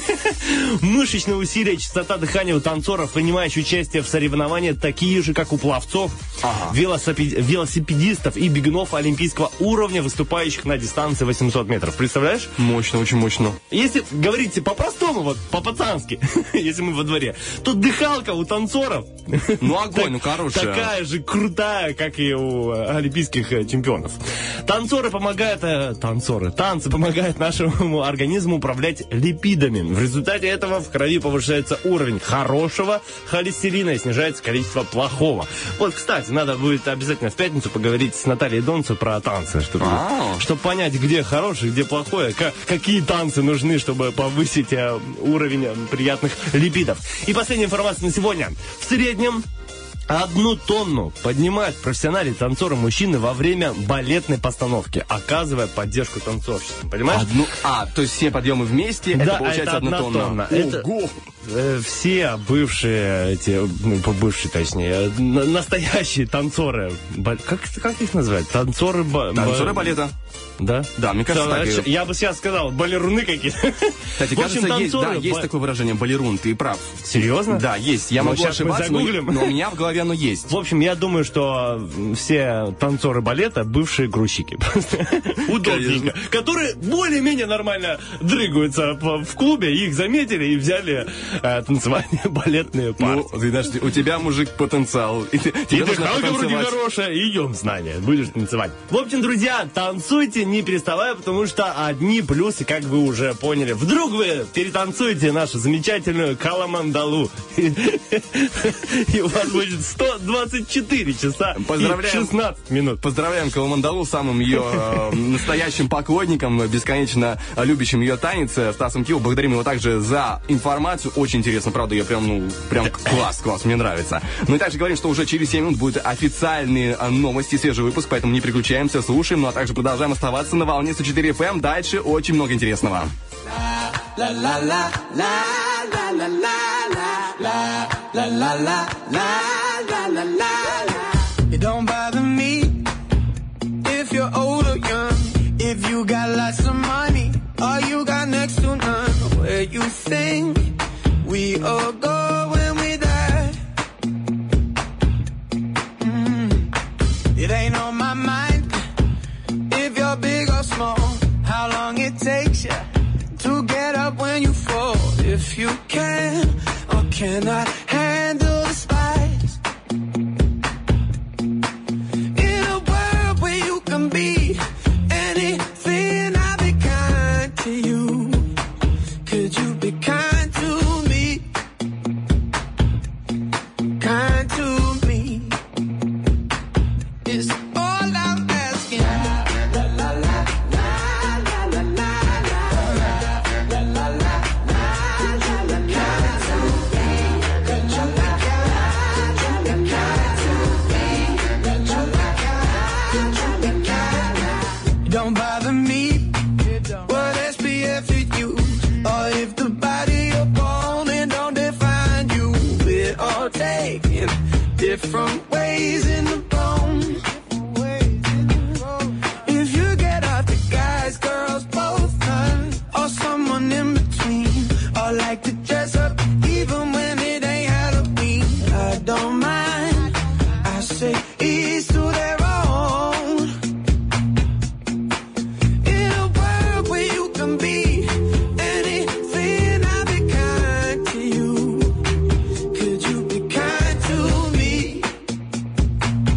Мышечные усилия, частота дыхания у танцоров, принимающих участие в соревнованиях, такие же, как у пловцов, Ага. велосипед- велосипедистов и бегунов олимпийского уровня, выступающих на дистанции восемьсот метров. Представляешь? Мощно, очень мощно. Если говорить по-простому, вот по-пацански, если мы во дворе, то дыхалка у танцоров Ну, огонь, ну, хорошая. такая же крутая, как и у э, олимпийских э, чемпионов. Танцоры помогают, э, танцоры, танцы помогают нашему организму управлять липидами. В результате этого в крови повышается уровень хорошего холестерина и снижается количество плохого. Вот, кстати, надо будет обязательно в пятницу поговорить с Натальей Донцу про танцы, чтобы, А. чтобы понять, где хорошее, где плохое, ка- какие танцы нужны, чтобы повысить э, уровень э, приятных липидов. И последняя информация на сегодня. В среднем одну тонну поднимают профессиональные танцоры мужчины во время балетной постановки, оказывая поддержку танцовщикам. Понимаешь? Одну... А, то есть все подъемы вместе, Да, это получается это одна одна тонна. тонна. Это- Ого! Э, Все бывшие, эти, ну, бывшие, точнее, на- настоящие танцоры, ба- как, как их назвать? Танцоры, ба- Танцоры ба- балета. Да? Да, мне кажется, Да, так. и- Я бы сейчас сказал, балеруны какие-то. Кстати, В общем, кажется, есть, да, танцоры есть ба- такое выражение балерун, ты прав. Серьезно? Да, есть. Я Ну, могу щас мы ошибаться, но, загуглим. но у меня в голове оно есть. В общем, я думаю, что все танцоры балета бывшие грузчики. Удобненько. Которые более-менее нормально дрыгаются в в клубе, их заметили и взяли э, танцевать балетные Ну, партии. ты знаешь, у тебя, мужик, потенциал. И, ты, И тебе нужно дыхалка вроде потанцевать. хорошая, и идем знания. Будешь танцевать. В общем, друзья, танцуйте, не переставая, потому что одни плюсы, как вы уже поняли. Вдруг вы перетанцуете нашу замечательную Каламандалу. И у вас будет сто двадцать четыре часа и Поздравляем. шестнадцать минут. Поздравляем Каламандалу, самым ее э, настоящим поклонником, бесконечно любящим ее танец, э, Стасом Кио. Благодарим его также за информацию. Очень интересно, правда, я прям, ну, прям класс, класс, мне нравится. Ну и также говорим, что уже через семь минут будут официальные э, новости, свежий выпуск, поэтому не переключаемся, слушаем, ну а также продолжаем оставаться на волне сто четыре эф эм. Дальше очень много интересного. It don't bother me if you're old or young, if you got lots of money or you got next to none. Where you think we all go when we die? Mm. It ain't on my mind if you're big or small, how long it takes you to get up when you fall. If you can or cannot handle the spice. In a world where you can be anything, I'll be kind to you. Could you be kind to me? Kind to me. It's all I'm asking. La la la la la la la la la la la la. Don't bother me what S P F you use, or if the body you're born in don't define you. We're all taking different ways in the bone. If you get off the guys, girls, both none, or someone in between, or like to dress up even when it ain't Halloween, I don't mind. I say each to their own. In a world where you can be anything, I'll be kind to you. Could you be kind to me?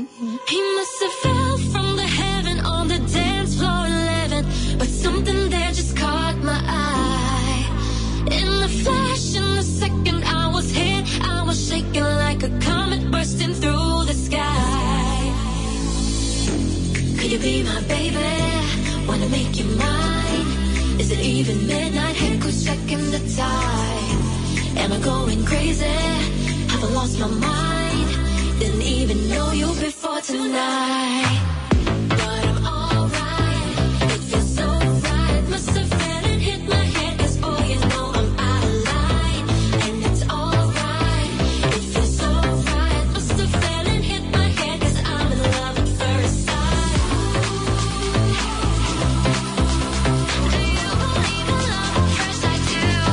He must have fell from the heaven on the dance floor eleven, but something there just caught my eye. In the flash, in the second I was hit, I was shaking like a comet bursting through the sky. Could you be my baby? Wanna make you mine? Is it even midnight? Heck, who's checking the time? Am I going crazy? Have I lost my mind? Didn't even know you before tonight. But I'm alright. It feels so right. Must have felt it hit my head, 'cause boy, you know I'm out of line. And it's alright. It feels so right. Must have felt it hit my head, 'cause I'm in love at first sight. Do you believe in love at first sight too?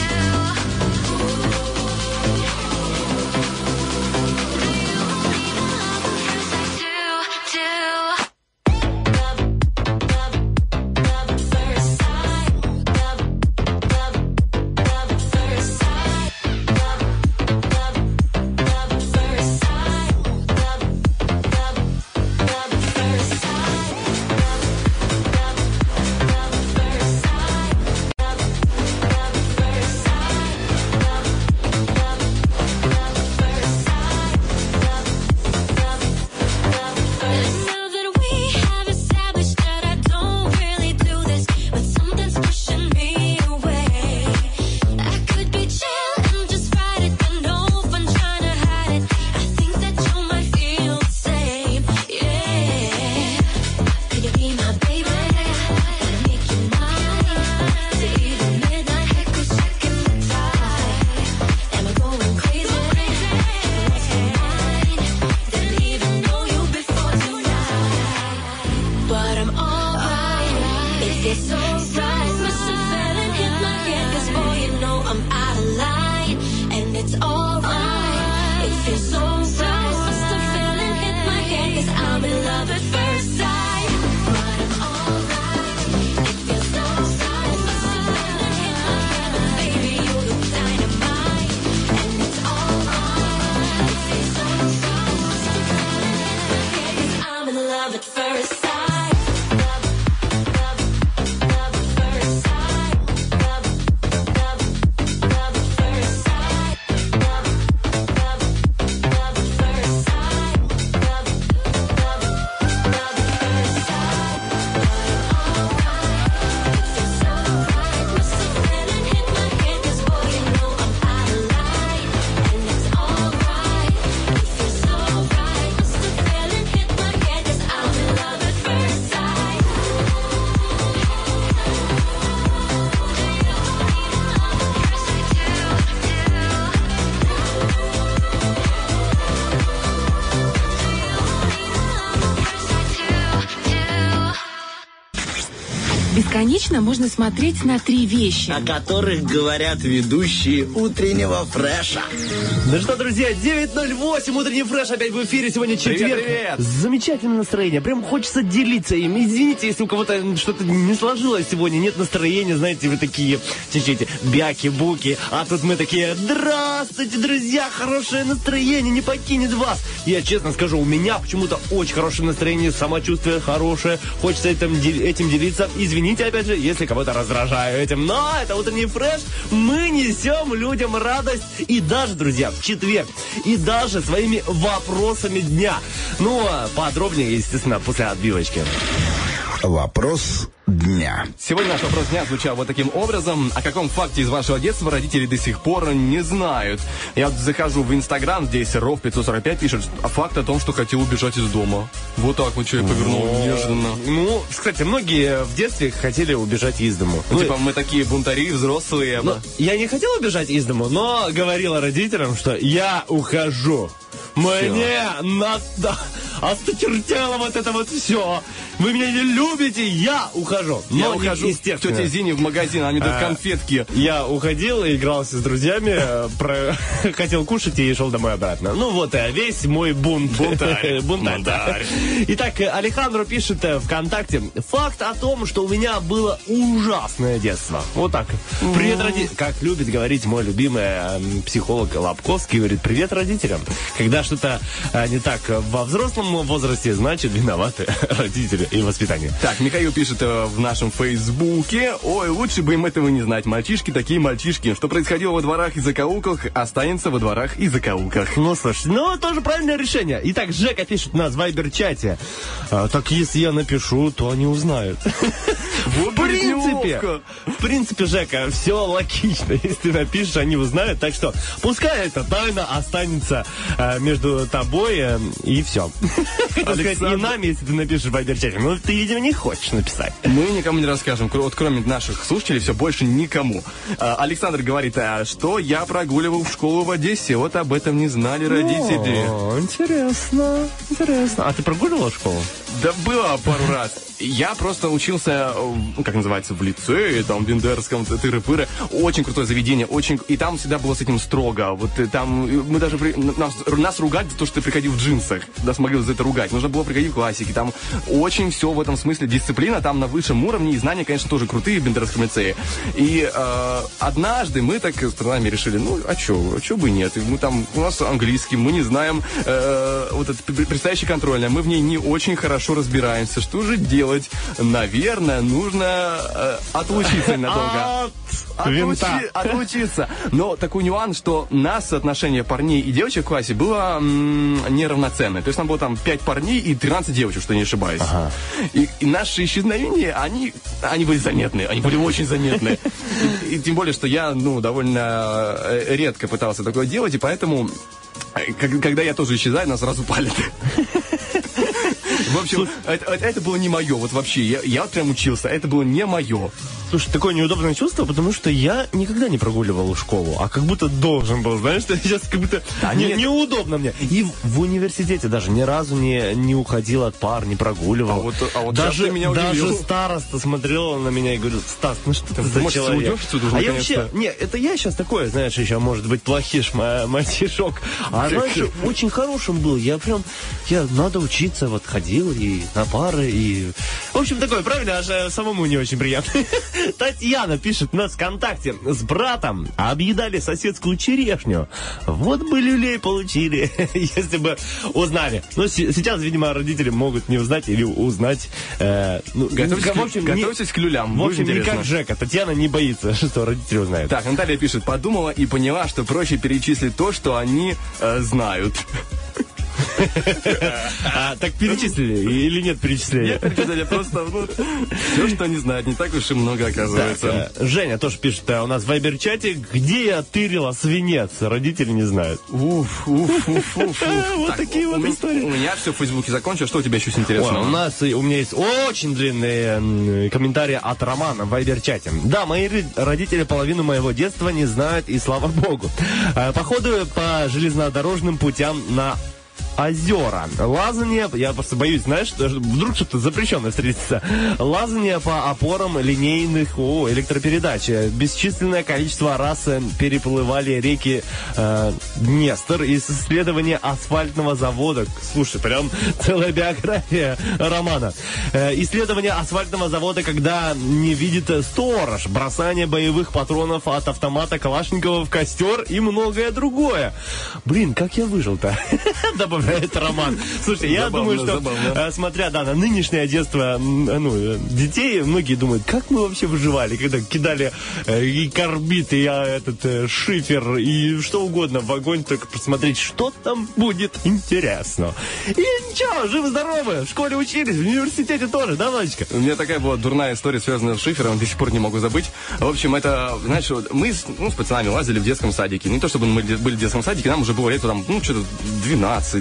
Бесконечно можно смотреть на три вещи. О которых говорят ведущие утреннего фреша. Ну что, друзья, девять ноль восемь, утренний фреш опять в эфире. Сегодня четверг. Привет, привет. Замечательное настроение. Прям хочется делиться им. Извините, если у кого-то что-то не сложилось сегодня, нет настроения, знаете, вы такие чуть-чуть бяки-буки. А тут мы такие: здравствуйте, друзья, хорошее настроение не покинет вас. Я честно скажу, у меня почему-то очень хорошее настроение, самочувствие хорошее. Хочется этим, этим делиться. Извините, опять же, если кого-то раздражаю этим. Но это утренний фреш. Мы несем людям радость. И даже, друзья, в четверг. И даже своими вопросами дня. Ну, подробнее, естественно, после отбивочки. Вопрос дня. Сегодня наш вопрос дня звучал вот таким образом. О каком факте из вашего детства родители до сих пор не знают? Я вот захожу в Инстаграм, здесь Ров пятьсот сорок пять пишет факт о том, что хотел убежать из дома. Вот так вот, что я повернул неожиданно. Ну, кстати, многие в детстве хотели убежать из дому. Ну, типа, мы такие бунтари, взрослые. Ну, я не хотел убежать из дому, но говорила родителям, что я ухожу. Мне надо... Осточертело вот это вот все. вы меня не любите, я ухожу. Я Но не- ухожу к естественно. тете Зине в магазин, она мне дает А, конфетки. Я уходил, игрался с друзьями, э, про- хотел кушать и шел домой обратно. Ну вот и весь мой бунт. Бунтарь. Бунтарь, да. Бунтарь. Итак, Алехандро пишет э, ВКонтакте. Факт о том, что у меня было ужасное детство. Вот так. Привет, родителям. Как любит говорить мой любимый э, психолог Лобковский, говорит, привет родителям. Когда что-то э, не так во взрослом возрасте, значит виноваты родители и воспитание. Так, Михаил пишет э, в нашем фейсбуке. Ой, лучше бы им этого не знать. Мальчишки такие мальчишки. Что происходило во дворах и закоулках, останется во дворах и закоулках. Ну, слушай, ну, тоже правильное решение. Итак, Жека пишет у нас в вайбер-чате. А, так, если я напишу, то они узнают. Вот В будет принципе, неловко. в принципе, Жека, все логично. Если ты напишешь, они узнают. Так что, пускай эта тайна останется э, между тобой э, и все. Хотел сказать, и Александр. нами, если ты напишешь в вайбер-чате. Ну, ты, видимо, не хочешь написать. Мы никому не расскажем, кро- вот кроме наших слушателей, все больше никому. А, Александр говорит, а что я прогуливал в школу в Одессе, вот об этом не знали родители. О, интересно, интересно. А ты прогуливал школу? Да было пару раз. Я просто учился, э, как называется, в лицее, там, в Бендерском, тыры-пыры. Очень крутое заведение, очень... И там всегда было с этим строго. Вот э, там э, мы даже... при- Нас, нас ругали за то, что ты приходил в джинсах. Нас могли за это ругать. Нужно было приходить в классике. Там очень все в этом смысле дисциплина. Там на высшем уровне. И знания, конечно, тоже крутые в Бендерском лицее. И э, однажды мы так с нами решили, ну, а что, а что бы и нет. И мы там... У нас английский, мы не знаем э, вот это предстоящее контрольное. Мы в ней не очень хорошо разбираемся. Что же делать? Наверное, нужно э, отлучиться ненадолго. От винта. Отлучи- отлучиться. Но такой нюанс, что у нас соотношение парней и девочек в классе было м, неравноценное. То есть там было там пять парней и тринадцать девочек, что я не ошибаюсь. И, и наши исчезновения, они, они были заметны. Они были очень заметны. И, и тем более, что я, ну, довольно э, редко пытался такое делать, и поэтому, э, как- когда я тоже исчезаю, нас сразу палят. В общем, это, это- это было не мое, вот вообще. Я, я вот прям учился, это было не мое. Слушай, такое неудобное чувство, потому что я никогда не прогуливал школу, а как будто должен был, знаешь, что сейчас как будто не- нет. неудобно мне. И в, в университете даже ни разу не, не уходил от пар, не прогуливал. А вот- а вот сейчас даже, ты меня даже удивил. староста смотрел на меня и говорил, Стас, ну что ты за может, человек? уйдешь отсюда уже а я наконец-то? вообще, не, это я сейчас такое, знаешь, еще, может быть, плохиш, ма- мальчишок. А раньше очень хорошим был. Я прям, я надо учиться, вот ходил и на пары, и... В общем, такое, правильно, аж э, самому не очень приятно. Татьяна пишет у нас ВКонтакте. С братом объедали соседскую черешню. Вот бы люлей получили, если бы узнали. Но с- сейчас, видимо, родители могут не узнать или узнать. э, ну, Готовьтесь, в общем, к, не- готовьтесь к люлям. в будет общем, не интересно. как Жека. Татьяна не боится, что родители узнают. Так, Наталья пишет, подумала и поняла, что проще перечислить то, что они э, знают. А, так перечислили или нет перечисления? Нет, перечислили, просто ну, все, что они знают, не так уж и много оказывается. Так, э, Женя тоже пишет э, у нас в вайбер-чате, где я тырила свинец, родители не знают. Уф, уф, уф, уф, уф. Вот Так, такие у вот меня- истории. У меня все в Фейсбуке закончилось. Что у тебя еще есть Ой, интересного? у нас, и- у меня есть очень длинные м, комментарии от Романа в вайбер-чате. Да, мои ри- родители половину моего детства не знают, и слава богу. Э, Походу по железнодорожным путям на озера. Лазание, я просто боюсь, знаешь, что вдруг что-то запрещенное встретится. Лазание по опорам линейных о, электропередач. Бесчисленное количество раз э, переплывали реки э, Днестр. Из исследования асфальтного завода. Слушай, прям целая биография романа. Э, исследование асфальтного завода, когда не видит сторож. Бросание боевых патронов от автомата Калашникова в костер и многое другое. Блин, как я выжил-то? Добавляет Роман. Слушай, я Забавно, думаю, что, забавно. э, смотря, да, на нынешнее детство м, ну, э, детей, многие думают, как мы вообще выживали, когда кидали э, и карбид, и а, этот э, шифер, и что угодно в огонь, только посмотреть, что там будет интересно. И ничего, живы-здоровы, в школе учились, в университете тоже, да, Владечка? У меня такая была дурная история, связанная с шифером, до сих пор не могу забыть. В общем, это, знаешь, вот мы с, ну, с пацанами лазили в детском садике. Не то, чтобы мы были в детском садике, нам уже было лет там, ну, что-то двенадцать,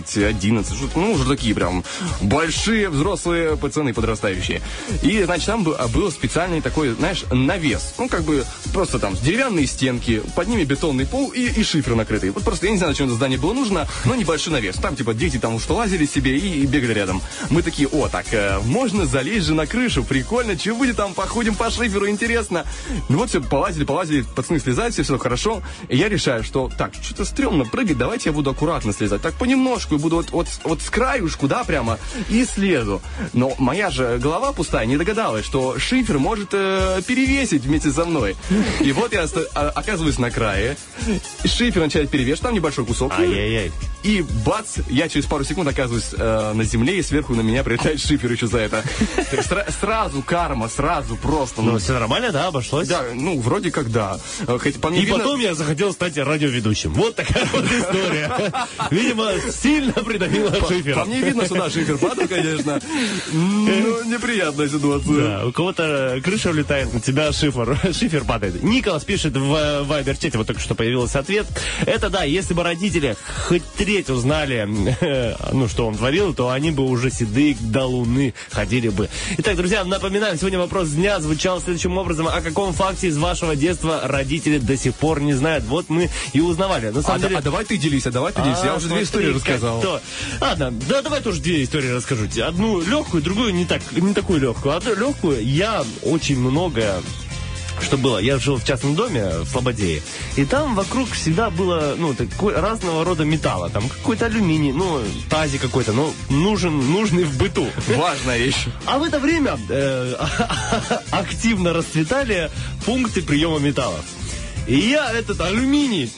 десять, одиннадцать, ну, уже такие прям большие взрослые пацаны подрастающие. И, значит, там был специальный такой, знаешь, навес. Ну, как бы просто там деревянные стенки, под ними бетонный пол и, и шифер накрытый. Вот просто я не знаю, зачем это здание было нужно, но небольшой навес. Там, типа, дети там что лазили себе и, и бегали рядом. Мы такие, о, так, э, можно залезть же на крышу, прикольно, что будет там, походим по шиферу, интересно. Ну вот все, полазили, полазили, пацаны слезают, все, все хорошо. И я решаю, что, так, что-то стрёмно прыгать, давайте я буду аккуратно слезать. Так понемножку, и буду вот, вот, вот с краюшку, да, прямо, и слезу. Но моя же голова пустая не догадалась, что шифер может э, перевесить вместе со мной. И вот я оста- оказываюсь на крае, шифер начинает перевешивать, там небольшой кусок. Ай-яй-яй. И бац, я через пару секунд оказываюсь э, на земле, и сверху на меня прилетает шифер еще за это. Стра- сразу карма, сразу просто. Ну, Ну, все нормально, да, обошлось? да, ну, вроде как да. Э, Хотя, по мне И видно- потом я захотел стать радиоведущим. Вот такая вот история. Видимо, сильно придавила По шифера. мне видно, что да, шифер падал, конечно. Ну, неприятная ситуация. Да, у кого-то крыша улетает, на тебя шифер, шифер падает. Николас пишет в вайбер-чате, вот только что появился ответ. Это да, если бы родители хоть треть узнали, ну, что он творил, то они бы уже седые до луны ходили бы. Итак, друзья, напоминаем, сегодня вопрос дня звучал следующим образом. О каком факте из вашего детства родители до сих пор не знают? Вот мы и узнавали. На А, самом да- деле... а давай ты делись, а давай ты делись. Я А, уже две смотри, истории рассказал. как то. Ладно, да, давай тоже две истории расскажу тебе. Одну легкую, другую не так, не такую легкую. Одну легкую. Я очень многое, что было, я жил в частном доме в Слободее, и там вокруг всегда было, ну, такой разного рода металла. Там какой-то алюминий, ну, тазик какой-то, ну, нужен, нужный в быту. Важная вещь. А в это время э, активно расцветали пункты приема металлов. И я этот алюминий...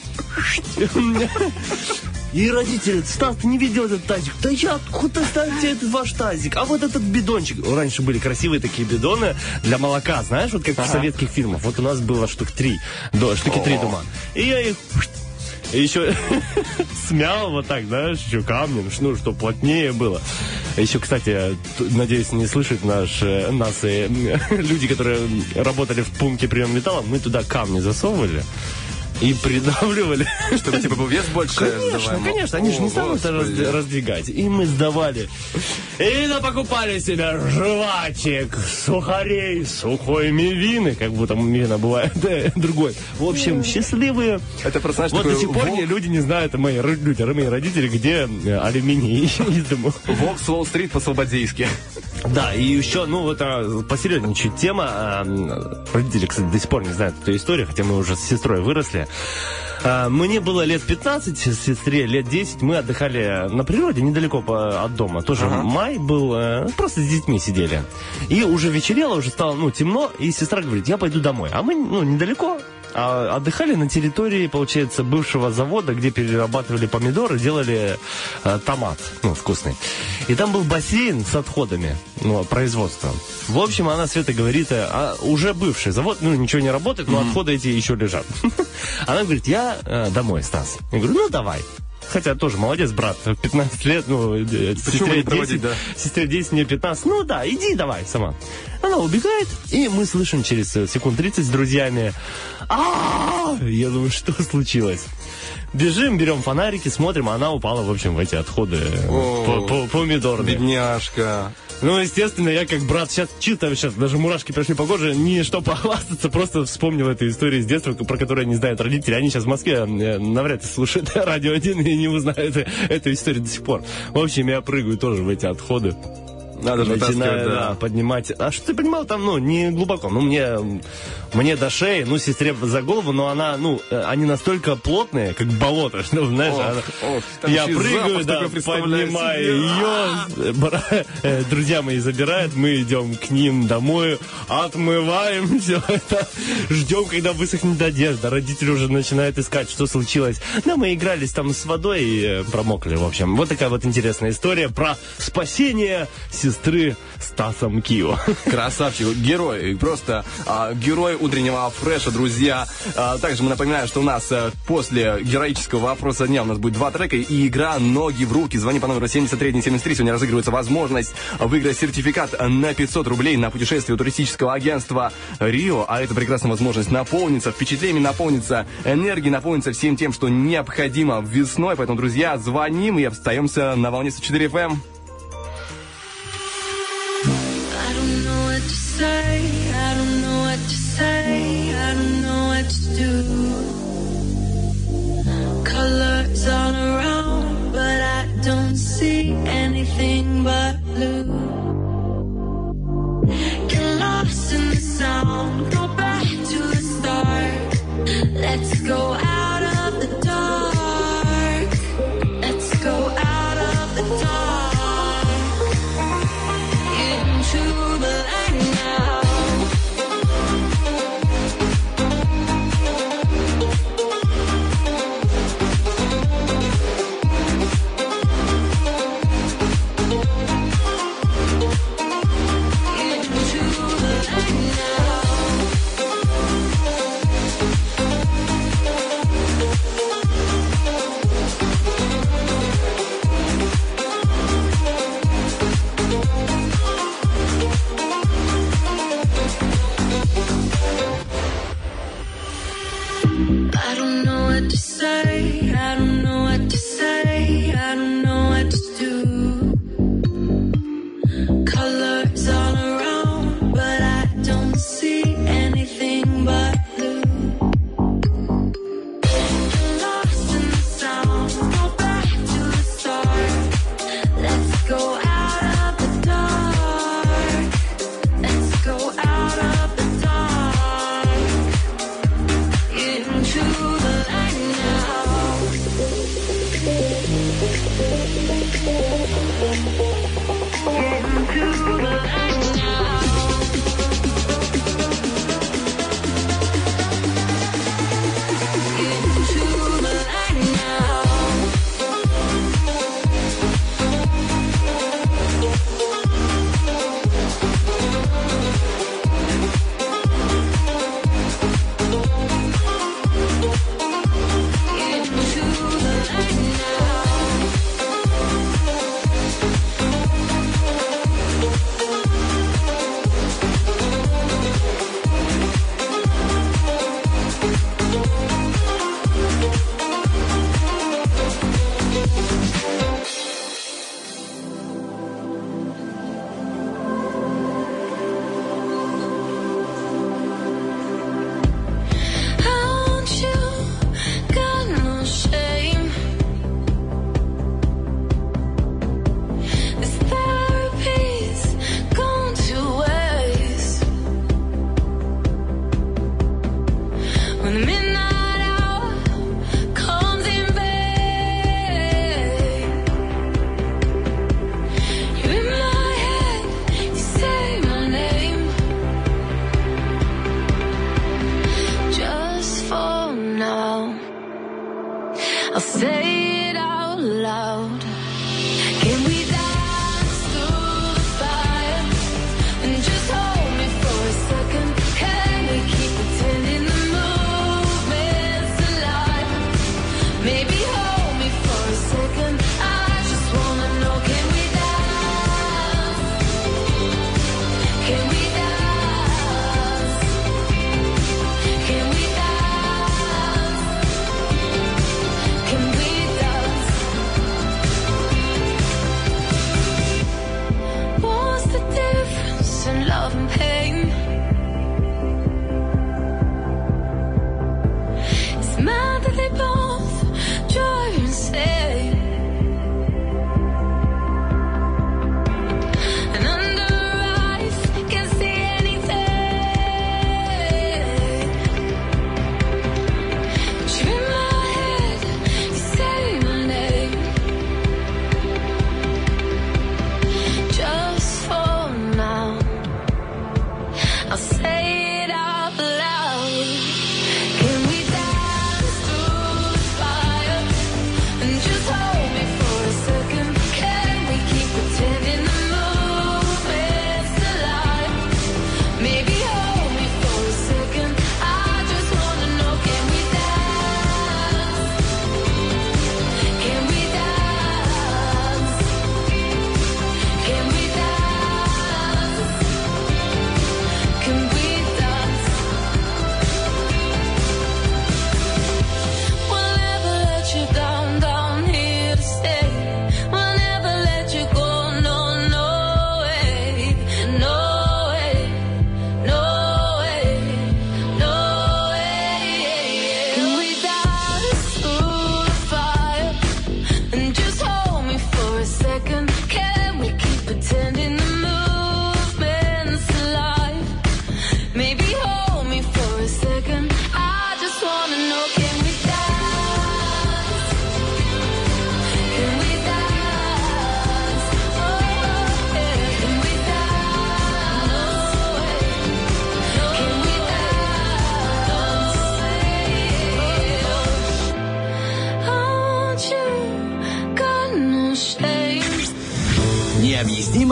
И родители, Стас, ты не видел этот тазик? Да я, откуда ставите этот ваш тазик? А вот этот бидончик. Раньше были красивые такие бидоны для молока, знаешь, вот как в советских фильмах. Вот у нас было штук три, до, штуки три дома. И я их... еще смял вот так, знаешь, еще камнем, ну, что плотнее было. Еще, кстати, надеюсь, не слышат наш, нас и люди, которые работали в пункте приема металла, мы туда камни засовывали и придавливали. Чтобы типа был вес больше. Конечно, сдаваемый. конечно, они же не О, станут это Господи. раз- раздвигать. И мы сдавали. И да покупали себе жвачек, сухарей, сухой мивины, как будто мивина бывает да, другой. В общем, счастливые. Это просто, знаешь, Вот такой до сих пор волк- люди не знают, мои ро- люди, мои родители, где э, алюминий из дому. Волк с Уолл-стрит по-слободейски. Да, и еще, ну, вот а, посерьезнее чуть тема. А, родители, кстати, до сих пор не знают эту историю, хотя мы уже с сестрой выросли. А, мне было лет пятнадцать, сестре лет десять. Мы отдыхали на природе, недалеко по- от дома. Тоже Ага. май был, э, просто с детьми сидели. И уже вечерело, уже стало, ну, темно, и сестра говорит, я пойду домой. А мы, ну, недалеко. А отдыхали на территории, получается, бывшего завода, где перерабатывали помидоры, делали э, томат, ну, вкусный. И там был бассейн с отходами, ну, производства. В общем, она, Света, говорит, э, а уже бывший завод, ну, ничего не работает, но отходы эти еще лежат. Она говорит, я э, домой, Стас. Я говорю, ну, давай. Хотя тоже молодец, брат, в пятнадцать лет, ну, э, Почему сестре не проводить, десять, да? сестре десять, мне пятнадцать, ну да, иди давай сама. Она убегает, и мы слышим через э, секунд тридцать с друзьями, а я думаю, что случилось? Бежим, берем фонарики, смотрим, а она упала, в общем, в эти отходы э, О, по- по- помидорные. Бедняжка. Ну, естественно, я как брат сейчас чисто, сейчас даже мурашки прошли по коже, не что похвастаться, просто вспомнил эту историю с детства, про которую не знают родители. Они сейчас в Москве э, навряд ли слушают радио один и не узнают э- эту историю до сих пор. В общем, я прыгаю тоже в эти отходы. Надо же Начинаю, вытаскивать, да, да. поднимать. А что ты понимал, там, ну, не глубоко. Ну, мне, мне до шеи, ну, сестре за голову, но она, ну, э, они настолько плотные, как болото, что, знаешь, Ох, она- ох, там я еще и прыгаю, запах да, такой представляю поднимаю себе. ее, бра- э, друзья мои забирают, мы идем к ним домой, отмываем все это, ждем, когда высохнет одежда, родители уже начинают искать, что случилось. Да, мы игрались там с водой и э, промокли, в общем. Вот такая вот интересная история про спасение сестры сестры Стасом Кио. Красавчик, герой, просто а, герой утреннего фреша, друзья. А, также мы напоминаем, что у нас а, после героического вопроса дня у нас будет два трека и игра «Ноги в руки». Звони по номеру семьдесят три семьдесят три. Сегодня разыгрывается возможность выиграть сертификат на пятьсот рублей на путешествие туристического агентства «Рио». А это прекрасная возможность наполниться впечатлениями, наполниться энергией, наполниться всем тем, что необходимо весной. Поэтому, друзья, звоним и остаемся на волне сто четыре эф эм. I don't know what to say, I don't know what to say, I don't know what to do. Colors all around, but I don't see anything but blue. Get lost in the sound, go back to the start. Let's go out of the dark. Let's go out of the dark. Into the light now. I don't know what to say, I don't know what to say, I don't know what to do. Colors all around, but I don't see anything but blue. Lost in the sound, go back to the start. Let's go out of the dark. Let's go out of the dark. Into the light now. Into the light now. Into the light now. Into the light now. Haven't you got no shame? This therapy's gone to waste. When the midnight hour comes in vain, you're in my head, you say my name. Just for now, I'll say it out loud. Can we dance through the fire and just hold me for a second? Can we keep pretending the movement's alive? Maybe hold me for a second. I just wanna know, can we dance? Can we dance? Can we dance? Can we dance? What's the difference in love and pain? It's mad that they both drive you insane. And under eyes can see anything. But you're in my head, you say my name. Just for now,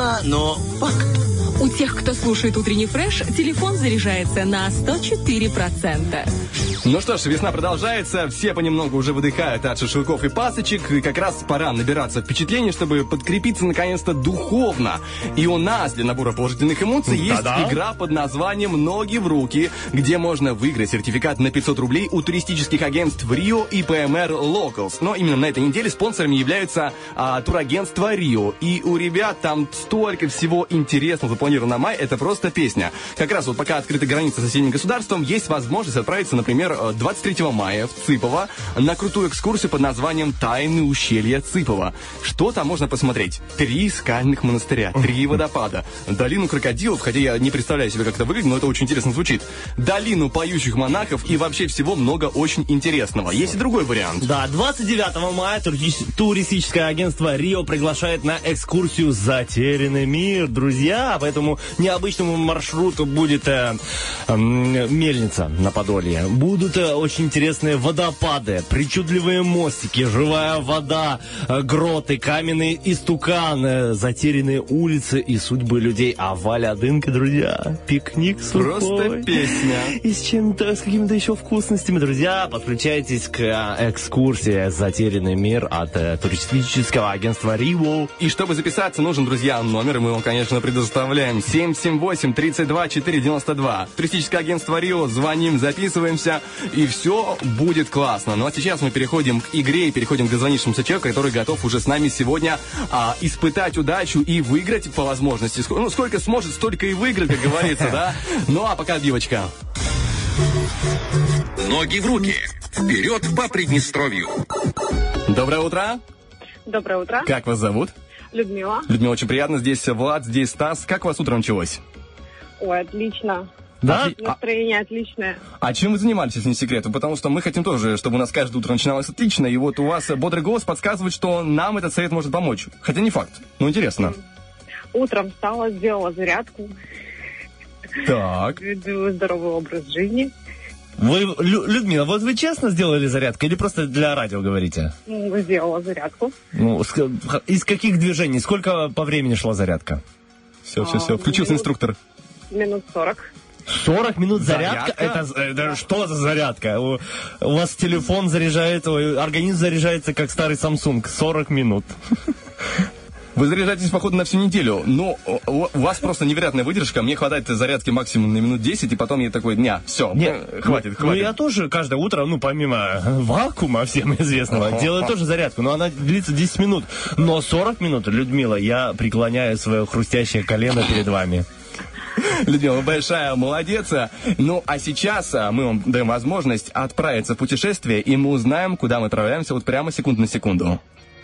Странно, но факт. У тех, кто слушает утренний фреш, телефон заряжается на сто четыре процента. Ну что ж, весна продолжается, все понемногу уже выдыхают от шашлыков и пасочек, и как раз пора набираться впечатлений, чтобы подкрепиться наконец-то духовно. И у нас для набора положительных эмоций есть Да-да. игра под названием «Ноги в руки», где можно выиграть сертификат на пятьсот рублей у туристических агентств Рио и пэ эм эр Locals. Но именно на этой неделе спонсорами являются а, турагентство Рио. И у ребят там столько всего интересного запланировано на май, это просто песня. Как раз вот пока открыты границы с соседним государством, есть возможность отправиться, например, двадцать третьего мая в Цыпово на крутую экскурсию под названием «Тайны ущелья Цыпова». Что там можно посмотреть? Три скальных монастыря, три водопада, долину крокодилов, хотя я не представляю себе, как это выглядит, но это очень интересно звучит, долину поющих монахов и вообще всего много очень интересного. Есть и другой вариант. Да, двадцать девятого мая тури- туристическое агентство Рио приглашает на экскурсию «Затерянный мир», друзья. По этому необычному маршруту будет э, э, мельница на Подолье. Будут э, очень интересные водопады, причудливые мостики, живая вода, э, гроты, каменные истуканы, затерянные улицы и судьбы людей. А Валя Дынка, друзья, пикник сухой. Просто песня. И с чем-то, с какими-то еще вкусностями, друзья, подключайтесь к э, экскурсии «Затерянный мир» от э, туристического агентства Рио. И чтобы записаться, нужен, друзья, номер, и мы вам, конечно, предоставляем. семь семь восемь тридцать два четыре девяносто два. Туристическое агентство Рио. Звоним, записываемся, и все будет классно. Ну а сейчас мы переходим к игре и переходим к дозвонившемуся человеку, который готов уже с нами сегодня а, испытать удачу и выиграть по возможности. Ск- Ну, сколько сможет, столько и выиграет, как говорится, да? Ну а пока девочка. Ноги в руки. Вперед по Приднестровью. Доброе утро. Доброе утро. Как вас зовут? Людмила. Людмила, очень приятно. Здесь Влад, здесь Стас. Как у вас утро началось? Ой, отлично. Да? Отли- а, Настроение отличное. а чем вы занимались, если не секрет? Потому что мы хотим тоже, чтобы у нас каждое утро начиналось отлично. И вот у вас бодрый голос подсказывает, что нам этот совет может помочь. Хотя не факт. Но интересно. Утром встала, сделала зарядку. Так. Веду здоровый образ жизни. Вы, Лю- Людмила, вот вы честно сделали зарядку или просто для радио говорите? М, Сделала зарядку. Ну, с- из каких движений? Сколько по времени шла зарядка? Все, все, все. А, Включился минут- инструктор. Минут сорок. сорок минут зарядка? Зарядка? Это, это что за зарядка? У, у вас телефон заряжается, ой, организм заряжается, как старый Samsung. сорок минут. Вы заряжаетесь, походу, на всю неделю. Но у у вас просто невероятная выдержка. Мне хватает зарядки максимум на минут десять, и потом я такой, не, все, Нет, хватит, ну, хватит. я тоже каждое утро, ну, помимо вакуума всем известного, делаю тоже зарядку. Но она длится десять минут. Но сорок минут, Людмила, я преклоняю свое хрустящее колено перед вами. Людмила, вы большая молодец. Ну, а сейчас а, мы вам даем возможность отправиться в путешествие, и мы узнаем, куда мы отправляемся вот прямо секунду на секунду.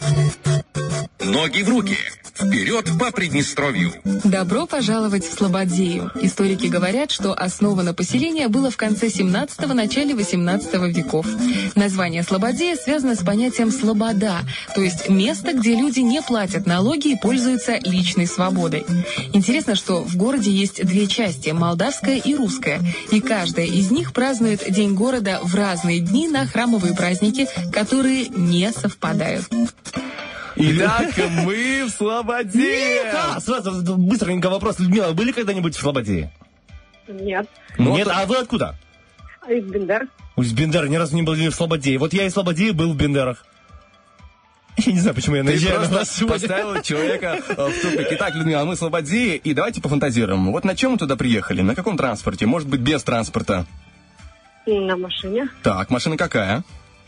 Ноги в руки. Вперед по Приднестровью. Добро пожаловать в Слободею. Историки говорят, что основано поселение было в конце семнадцатого – начале восемнадцатого веков. Название Слободея связано с понятием «слобода», то есть место, где люди не платят налоги и пользуются личной свободой. Интересно, что в городе есть две части – молдавская и русская, и каждая из них празднует День города в разные дни на храмовые праздники, которые не совпадают. Итак, мы в Слободе. А, сразу быстренько вопрос. Людмила, были когда-нибудь в Слободее? Нет. Ну, Нет, вот- а вы откуда? А из Бендер. Из Бендера, ни разу не были в Слободее. Вот я из Слободеи был в Бендерах. Я не знаю, почему я Ты наезжаю на вас просто сегодня. поставил человека э, в тупик. Итак, Людмила, мы в Слободе, и давайте пофантазируем. Вот на чем мы туда приехали? На каком транспорте? Может быть, без транспорта? На машине. Так, машина какая?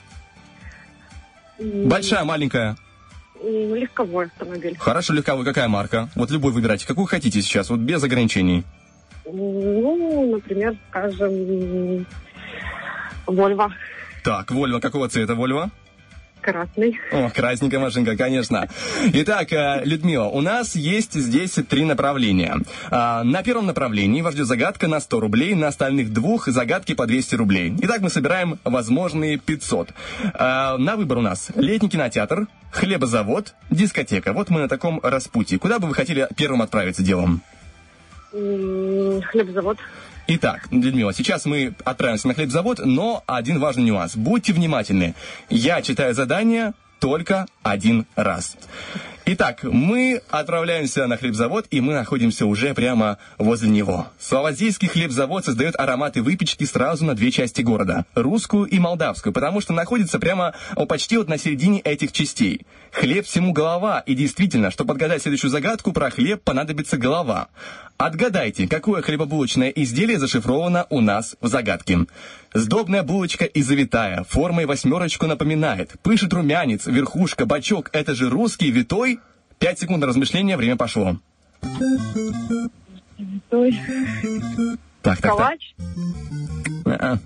М, Большая, маленькая? м, Легковой автомобиль. Хорошо, легковой. Какая марка? Вот любой выбирайте. Какую хотите сейчас, вот без ограничений. Ну, например, скажем, м, Вольво. Так, Вольво. Какого цвета Вольво? Красный. О, красненькая машинка, конечно. Итак, э, Людмила, у нас есть здесь три направления. А, На первом направлении вас ждет загадка на сто рублей, на остальных двух загадки по двести рублей. Итак, мы собираем возможные пятьсот. А, На выбор у нас летний кинотеатр, хлебозавод, дискотека. Вот мы на таком распутье. Куда бы вы хотели первым отправиться делом? М, Хлебзавод. Итак, Людмила, сейчас мы отправимся на хлебзавод, но один важный нюанс. Будьте внимательны. Я читаю задание только один раз. Итак, мы отправляемся на хлебзавод, и мы находимся уже прямо возле него. Слободейский хлебзавод создает ароматы выпечки сразу на две части города. Русскую и молдавскую, потому что находится прямо о, почти вот на середине этих частей. Хлеб всему голова, и действительно, чтобы отгадать следующую загадку, про хлеб понадобится голова. Отгадайте, какое хлебобулочное изделие зашифровано у нас в загадке. Сдобная булочка и завитая, формой восьмерочку напоминает. Пышет румянец, верхушка, бачок. Это же русский витой. Пять секунд на размышления, время пошло. Ой. Так, так, так. Калач. А-а.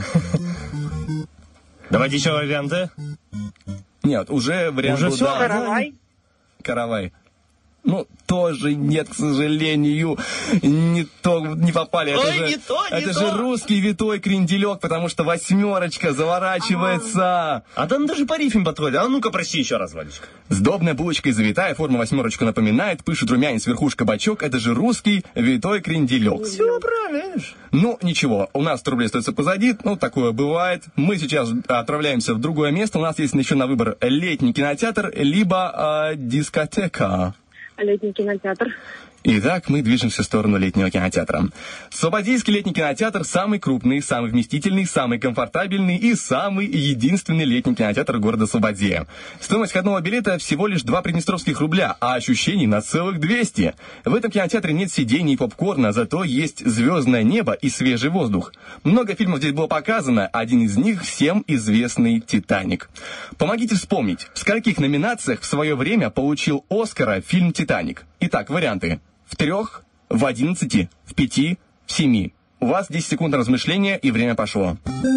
Давайте еще варианты. Нет, уже вариант Уже был, всё? да. Каравай. Каравай. Ну, тоже нет, к сожалению. Не то, не попали. Это Ой, же, не то, не это то. же русский витой кренделек, потому что восьмерочка заворачивается. А там даже по рифме подходит. А ну-ка, прочти еще раз, Валечка. Сдобная булочка и завитая, форма восьмерочку напоминает, пышет румянец, верхушка, бачок. Это же русский витой кренделек. Все правильно, видишь? Ну, ничего, у нас сто рублей остается позади, ну, такое бывает. Мы сейчас отправляемся в другое место. У нас есть еще на выбор летний кинотеатр, либо э, дискотека. Летний кинотеатр. Итак, мы движемся в сторону летнего кинотеатра. Слободейский летний кинотеатр самый крупный, самый вместительный, самый комфортабельный и самый единственный летний кинотеатр города Слободея. Стоимость входного билета всего лишь два приднестровских рубля, а ощущений на целых двести. В этом кинотеатре нет сидений и попкорна, зато есть звездное небо и свежий воздух. Много фильмов здесь было показано, один из них всем известный «Титаник». Помогите вспомнить, в скольких номинациях в свое время получил Оскара фильм «Титаник». Итак, варианты. В трех, в одиннадцати, в пяти, в семи. У вас десять секунд на размышления, и время пошло.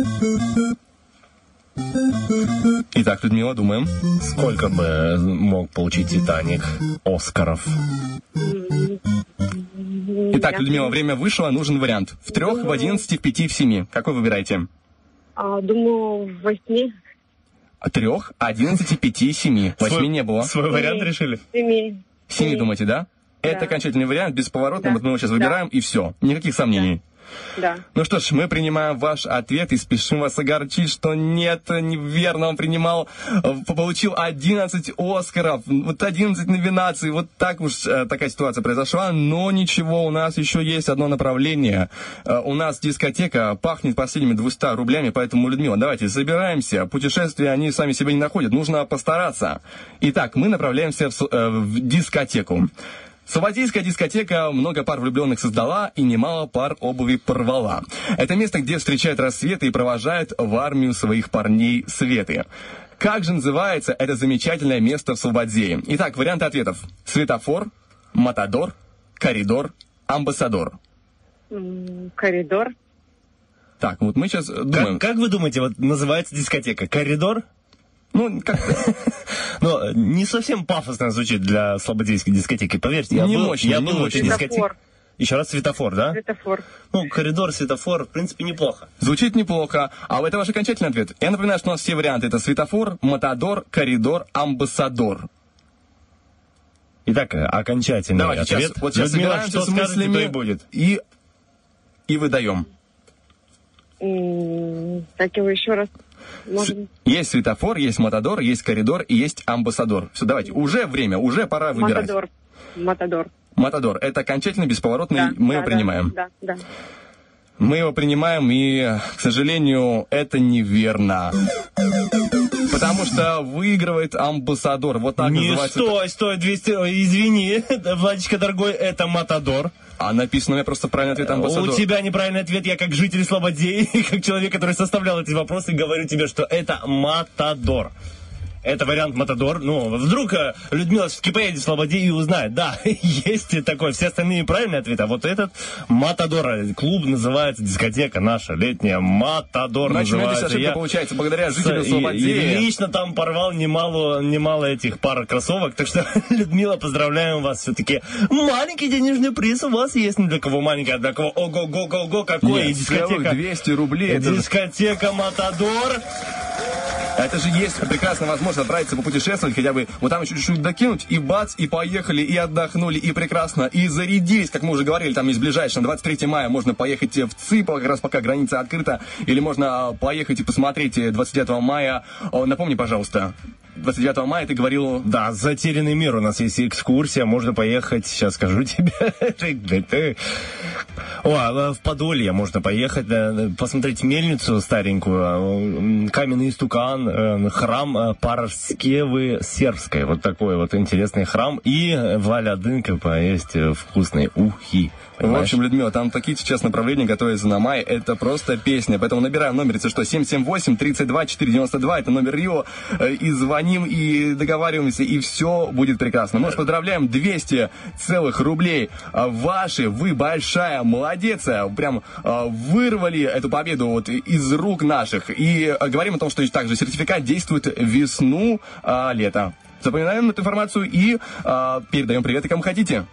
Итак, Людмила, думаем. Сколько бы мог получить «Титаник» Оскаров? Итак, Людмила, время вышло, нужен вариант. В трех, в одиннадцати, в пяти, в семи. Какой выбираете? А, думаю, в восьми. Трех, одиннадцати, пяти, семи. Восьми не было. Свой вариант решили? Семи. Семи думаете, да? Это окончательный вариант, бесповоротный. Да. Вот мы его сейчас Да. выбираем, и все. Никаких сомнений. Да. Ну что ж, мы принимаем ваш ответ и спешим вас огорчить, что нет, неверно, он принимал, э, получил одиннадцать Оскаров, вот одиннадцать номинаций, вот так уж э, такая ситуация произошла, но ничего, у нас еще есть одно направление, Э, у нас дискотека пахнет последними двумястами рублями, поэтому, Людмила, давайте собираемся, путешествия, они сами себя не находят, нужно постараться. Итак, мы направляемся в, с- э, в дискотеку. Слободейская дискотека много пар влюбленных создала и немало пар обуви порвала. Это место, где встречают рассветы и провожают в армию своих парней светы. Как же называется это замечательное место в Слободее? Итак, варианты ответов. Светофор, Матадор, Коридор, Амбассадор. М, Коридор. Так, вот мы сейчас думаем. Как, как вы думаете, вот называется дискотека? Коридор? Ну, как Ну, не совсем пафосно звучит для слободейской дискотеки, поверьте. Я Не был, мощно, я не был в этой мощно. дискотеке. Светофор. Еще раз светофор, да? Светофор. Ну, коридор, светофор, в принципе, неплохо. Звучит неплохо. А это ваш окончательный ответ. Я напоминаю, что у нас все варианты. Это светофор, Матадор, Коридор, Амбассадор. Итак, окончательный Давайте ответ. сейчас, вот сейчас Людмила, собираемся что с скажете, мыслями то и будет. и, и выдаем. М, Так его еще раз. Можно? Есть светофор, есть Матадор, есть Коридор и есть Амбассадор. Все, давайте, уже время, уже пора выбирать. Матадор. Матадор. Матадор. Это окончательно бесповоротный, Да, мы да, его принимаем. Да, да. Мы его принимаем, и, к сожалению, это неверно. Потому что выигрывает Амбассадор. Вот так Не называется. стой, стой, двести, ой, извини, Владечка дорогой, это Матадор. А написано у меня просто правильный ответ Амбассадор. У тебя неправильный ответ, я как житель Слободеи, как человек, который составлял эти вопросы, говорю тебе, что это Матадор. Это вариант Матадор. Ну, вдруг э, Людмила все-таки поедет в Слободею и узнает. Да, есть такой. Все остальные правильные ответы. А вот этот Матадор. Клуб называется, дискотека наша летняя. Матадор Значит, у меня здесь называется. ошибка получается благодаря жителю С- и- Слободеи. и лично там порвал немало, немало этих пар кроссовок. Так что, Людмила, поздравляем вас. Все-таки маленький денежный приз у вас есть. Не для кого маленький, а для кого ого-го-го-го какой. И Нет, целых дискотека. двести рублей. Это же- Дискотека Матадор. Это же есть прекрасная возможность отправиться попутешествовать, хотя бы вот там еще чуть-чуть докинуть, и бац, и поехали, и отдохнули, и прекрасно, и зарядились, как мы уже говорили, там есть ближайшее, на двадцать третьего мая можно поехать в ЦИПа, как раз пока граница открыта, или можно поехать и посмотреть двадцать девятого мая. О, напомни, пожалуйста. двадцать девятого мая ты говорил... Да, «Затерянный мир». У нас есть экскурсия, можно поехать, сейчас скажу тебе. О, а в Подолье можно поехать, посмотреть мельницу старенькую, каменный истукан, храм Параскевы Сербской. Вот такой вот интересный храм. И Валя Дынка поесть вкусные ухи. В общем, Людмила, там такие сейчас направления готовятся на май. Это просто песня. Поэтому набираем номер, если что, семь семь восемь тридцать два четыре девяносто два. Это номер Рио. И звоним, и договариваемся, и все будет прекрасно. Мы вас поздравляем. двести целых рублей ваши. Вы большая молодец. Прям вырвали эту победу вот из рук наших. И говорим о том, что также сертификат действует весну, лето. Запоминаем эту информацию и передаем привет, кому хотите.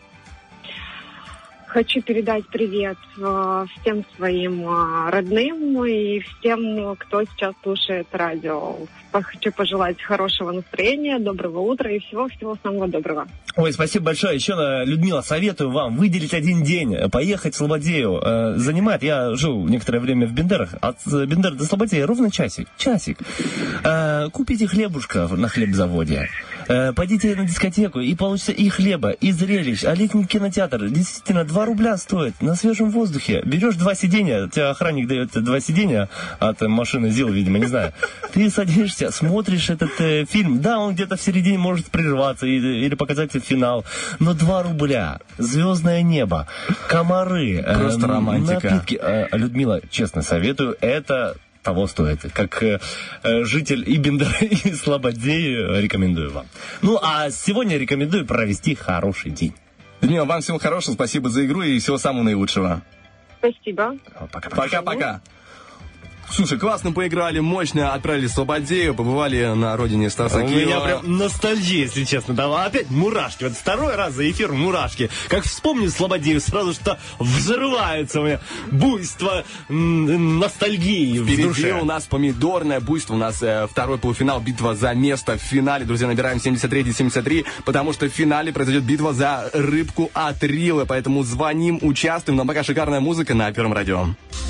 Хочу передать привет э, всем своим э, родным и всем, кто сейчас слушает радио. Хочу пожелать хорошего настроения, доброго утра и всего-всего самого доброго. Ой, спасибо большое. Еще, Людмила, советую вам выделить один день, поехать в Слободею. Э, занимает, я жил некоторое время в Бендерах, от Бендера до Слободеи ровно часик. Часик. Э, купите хлебушка на хлебзаводе. Э, пойдите на дискотеку и получите и хлеба, и зрелищ. А летний кинотеатр действительно два рубля стоит на свежем воздухе. Берешь два сиденья, тебе охранник дает два сиденья от машины ЗИЛ, видимо, не знаю. Ты садишься, смотришь этот э, фильм. Да, он где-то в середине может прерваться или, или показать финал. Но два рубля, звездное небо, комары, просто э, романтика. Напитки. Э, Людмила, честно советую, это того стоит. Как э, житель и Бендера, и Слободеи рекомендую вам. Ну, а сегодня рекомендую провести хороший день. Людмила, вам всего хорошего, спасибо за игру и всего самого наилучшего. Спасибо. Пока-пока. Слушай, классно поиграли, мощно отправились в Слободею, побывали на родине Стаса У Киева. меня прям ностальгия, если честно. Да, опять мурашки. Вот второй раз за эфир мурашки. Как вспомню Слободею, сразу что взрывается у меня буйство м- ностальгии в Впереди душе. у нас помидорное буйство, у нас э, второй полуфинал, битва за место в финале. Друзья, набираем семьдесят три семьдесят три, потому что в финале произойдет битва за рыбку от Рилы. Поэтому звоним, участвуем. Но пока шикарная музыка на Первом радио.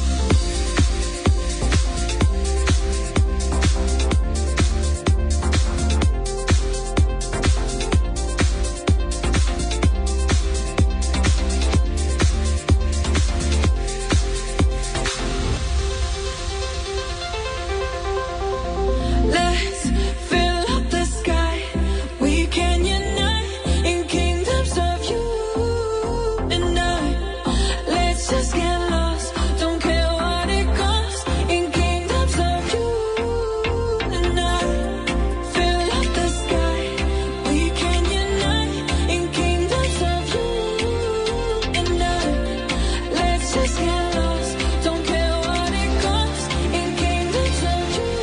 Let's fill up the sky. We can unite in kingdoms of you and I. Let's just get lost. Don't care what it costs. In kingdoms of you and I. Fill up the sky. We can unite in kingdoms of you and I. Let's just get lost. Don't care what it costs. In kingdoms of you.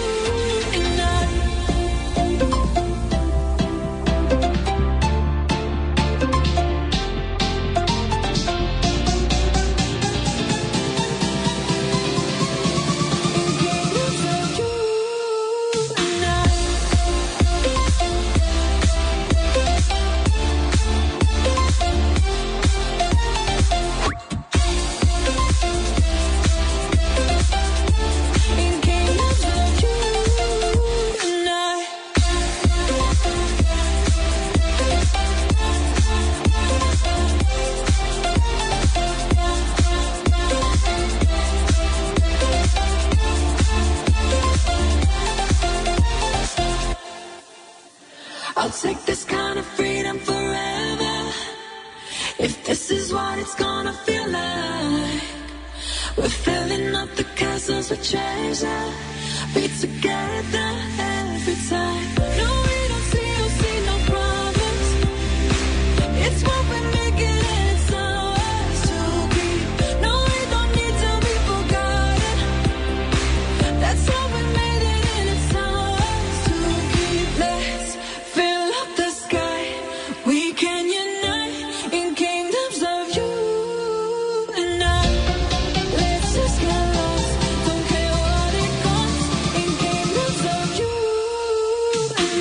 I'll take this kind of freedom forever. If this is what it's gonna feel like. We're filling up the castles with treasure. Be together every time. No, we don't see or see no problems. It's what we make it and it's ours to keep. No, we don't need to be forgotten. That's how we made it and it's ours to keep. Let's fill up the sky. We can unite in kingdoms of you and I. Let's just get lost. Don't care what it costs. In kingdoms of you and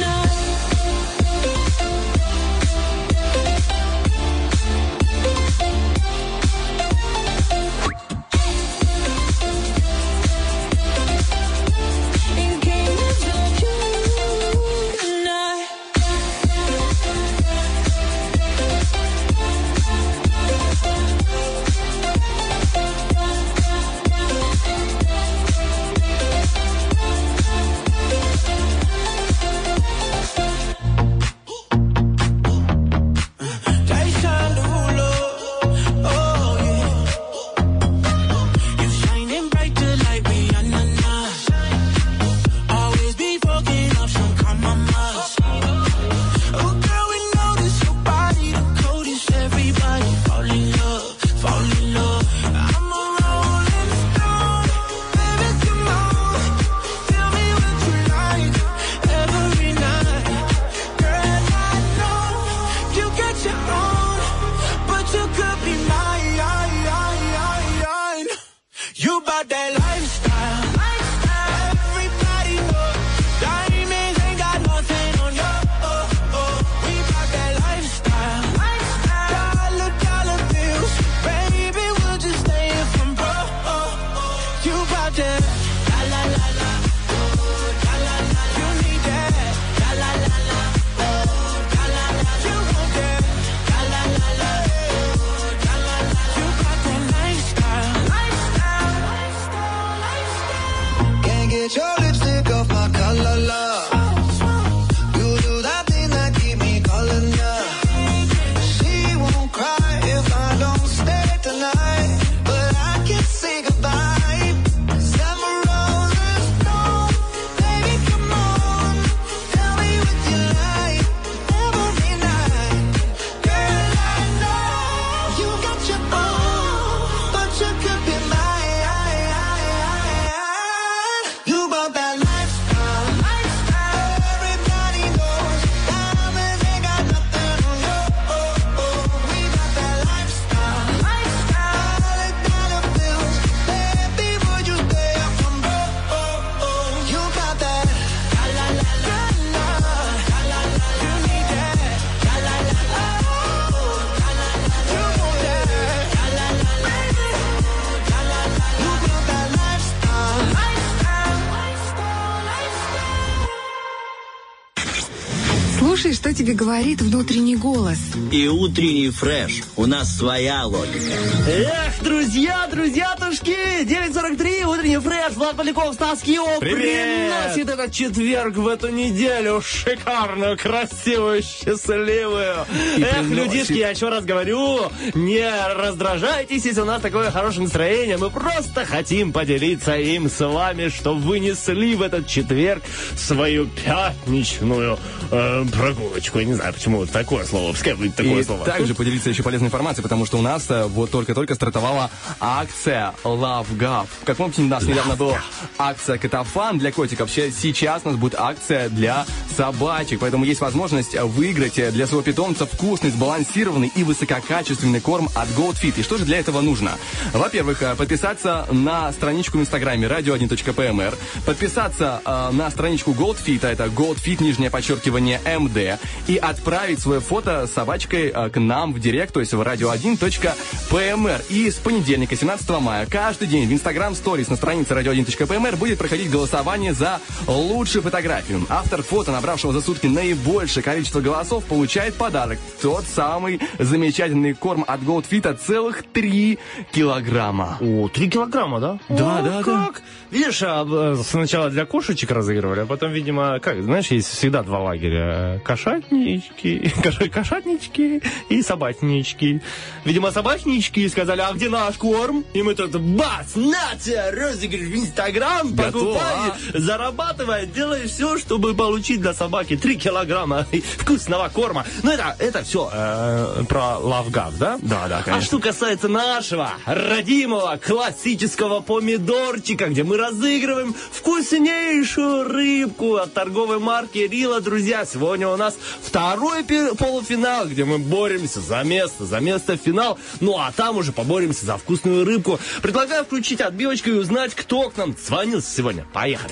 тебе говорит внутренний голос. И утренний фреш. У нас своя логика. Эх, друзья, друзья-тушки, девять сорок три, утренний фреш, Влад Поляков, Стас Киев приносит этот четверг в эту неделю шикарную, красивую, счастливую. И Эх, приносит. людишки, я еще раз говорю, не раздражайтесь, если у нас такое хорошее настроение. Мы просто хотим поделиться им с вами, что вынесли в этот четверг свою пятничную э, прогулочку. Я не знаю, почему вот такое слово, пускай будет такое И слово. также поделиться еще полезной информацией, потому что у нас э, вот только-только стартовала акция Love Gov. Как помните, у нас недавно была акция Котофан для котиков. Ща- Сейчас у нас будет акция для собачек, поэтому есть возможность э, выиграть э, для своего питомца вкусный, сбалансированный и высококачественный корм от GoldFit. И что же для этого нужно? Во-первых, э, подписаться на страничку в инстаграме радио один точка пи эм эр, подписаться э, на страничку GoldFit, а это GoldFit, нижнее подчеркивание, эм дэ, и отправить свое фото с собачкой э, к нам в директ, то есть в радио один точка пи эм эр. И с понедельника, семнадцатого мая, каждый день в Instagram Stories на странице радио один точка пи эм эр будет проходить голосование за лучшую фотографию. Автор фото, набравшего за сутки наибольшее количество голосов, получает подарок. Тот самый замечательный корм от GoldFit, целых три килограмма. О, три килограмма, да? Да, О, да, как? Видишь, а, э, сначала для кошечек разыгрывали, а потом, видимо, как, знаешь, есть всегда два лагеря. Кошатнички, кош- кошатнички и собачнички. Видимо, собачнички сказали, а где наш корм? И мы тут, бац, нате, розыгрыш в Инстаграм, Готово, покупай, а? зарабатывай, делай все, чтобы получить для собаки три килограмма вкусного корма. Ну, это, это все э, про Love Gov, да? Да, да, А конечно. что касается нашего родимого классического помидорчика, где мы разыгрываем вкуснейшую рыбку от торговой марки Рила, друзья, сегодня у нас второй пи- полуфинал, где мы боремся за место, за место в финал. Ну, а там уже поборемся за вкусную рыбку. Предлагаю включить отбивочку и узнать, кто к нам звонился сегодня. Поехали.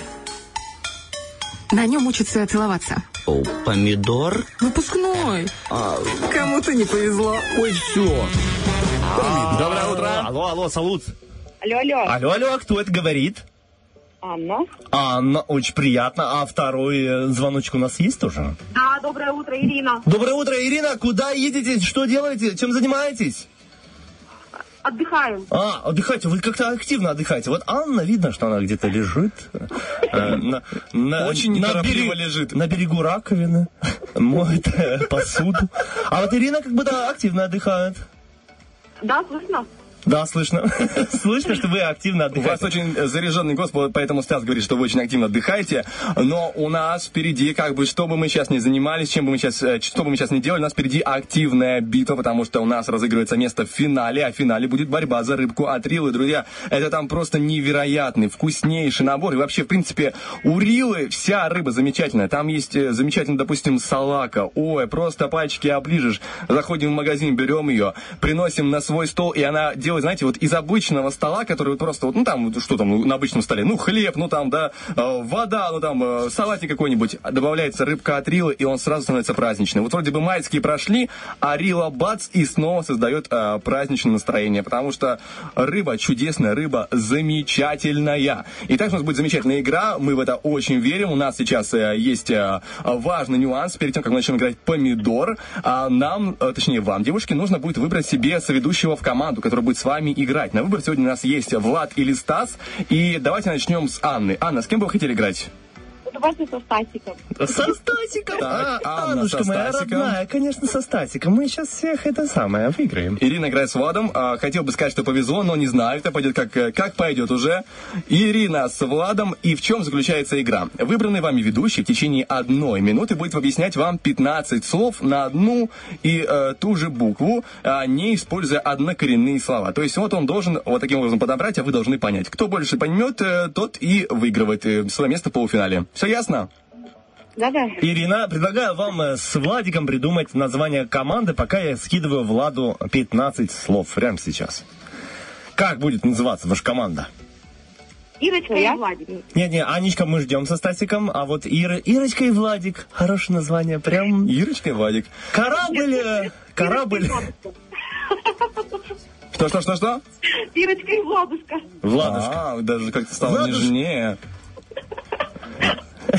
На нем учатся целоваться. О, помидор? Выпускной. Кому-то не повезло. Ой, все. Доброе утро. Алло, алло, салют. Алло, алло. Алло, алло, а кто это говорит? Анна. Анна, очень приятно. А второй э, звоночек у нас есть тоже? Да, доброе утро, Ирина. Доброе утро, Ирина. Куда едете? Что делаете? Чем занимаетесь? Отдыхаем. А, отдыхайте. Вы как-то активно отдыхаете. Вот Анна, видно, что она где-то лежит. э, на- на- Очень на неторопливо берег- лежит. На берегу раковины. Моет э, посуду. А вот Ирина как бы, да, активно отдыхает. Да, слышно? Да, слышно. Слышно, что вы активно У вас отдыхаете. очень заряженный голос, поэтому Стас говорит, что вы очень активно отдыхаете. Но у нас впереди, как бы, что бы мы сейчас ни занимались, чем бы мы сейчас, э, что бы мы сейчас ни делали, у нас впереди активная битва, потому что у нас разыгрывается место в финале, а в финале будет борьба за рыбку от Рилы. Друзья, это там просто невероятный, вкуснейший набор. И вообще, в принципе, у Рилы вся рыба замечательная. Там есть э, замечательно, допустим, салака. Ой, просто пальчики оближешь. Заходим в магазин, берем ее, приносим на свой стол, и она делает, знаете, вот из обычного стола, который вот просто, вот, ну там, вот что там на обычном столе, ну хлеб, ну там, да, э, вода, ну там, э, салатик какой-нибудь, добавляется рыбка от Рилы, и он сразу становится праздничным. Вот вроде бы майские прошли, а Рила бац, и снова создает э, праздничное настроение, потому что рыба чудесная, рыба замечательная. И также у нас будет замечательная игра, мы в это очень верим. У нас сейчас э, есть э, важный нюанс, перед тем, как мы начнем играть помидор, а нам, э, точнее вам, девушки, нужно будет выбрать себе соведущего в команду, который будет с вами играть. На выбор сегодня у нас есть Влад или Стас. И давайте начнем с Анны. Анна, с кем бы вы хотели играть? Давайте со Стасиком. Со Стасиком? Так, Анна Аннушка со моя Стасиком. родная, конечно, со Стасиком. Мы сейчас всех это самое выиграем. Ирина играет с Владом. А, хотел бы сказать, что повезло, но не знаю, это пойдет как, э, как пойдет уже. Ирина с Владом. И в чем заключается игра? Выбранный вами ведущий в течение одной минуты будет объяснять вам пятнадцать слов на одну и э, ту же букву, а, не используя однокоренные слова. То есть вот он должен вот таким образом подобрать, а вы должны понять. Кто больше поймет, э, тот и выигрывает э, свое место в полуфинале. Все ясно? Да-да. Ирина, предлагаю вам э, с Владиком придумать название команды, пока я скидываю Владу пятнадцать слов прямо сейчас. Как будет называться ваша команда? Ирочка и Владик. Не-не, Анечка мы ждем со Стасиком, а вот Ира, Ирочка и Владик. Хорошее название, прям... Ирочка и Владик. Корабль, э, корабль. Что, что, что, что? Ирочка и Владушка. Владушка. А, даже как-то стало Владуш- нежнее.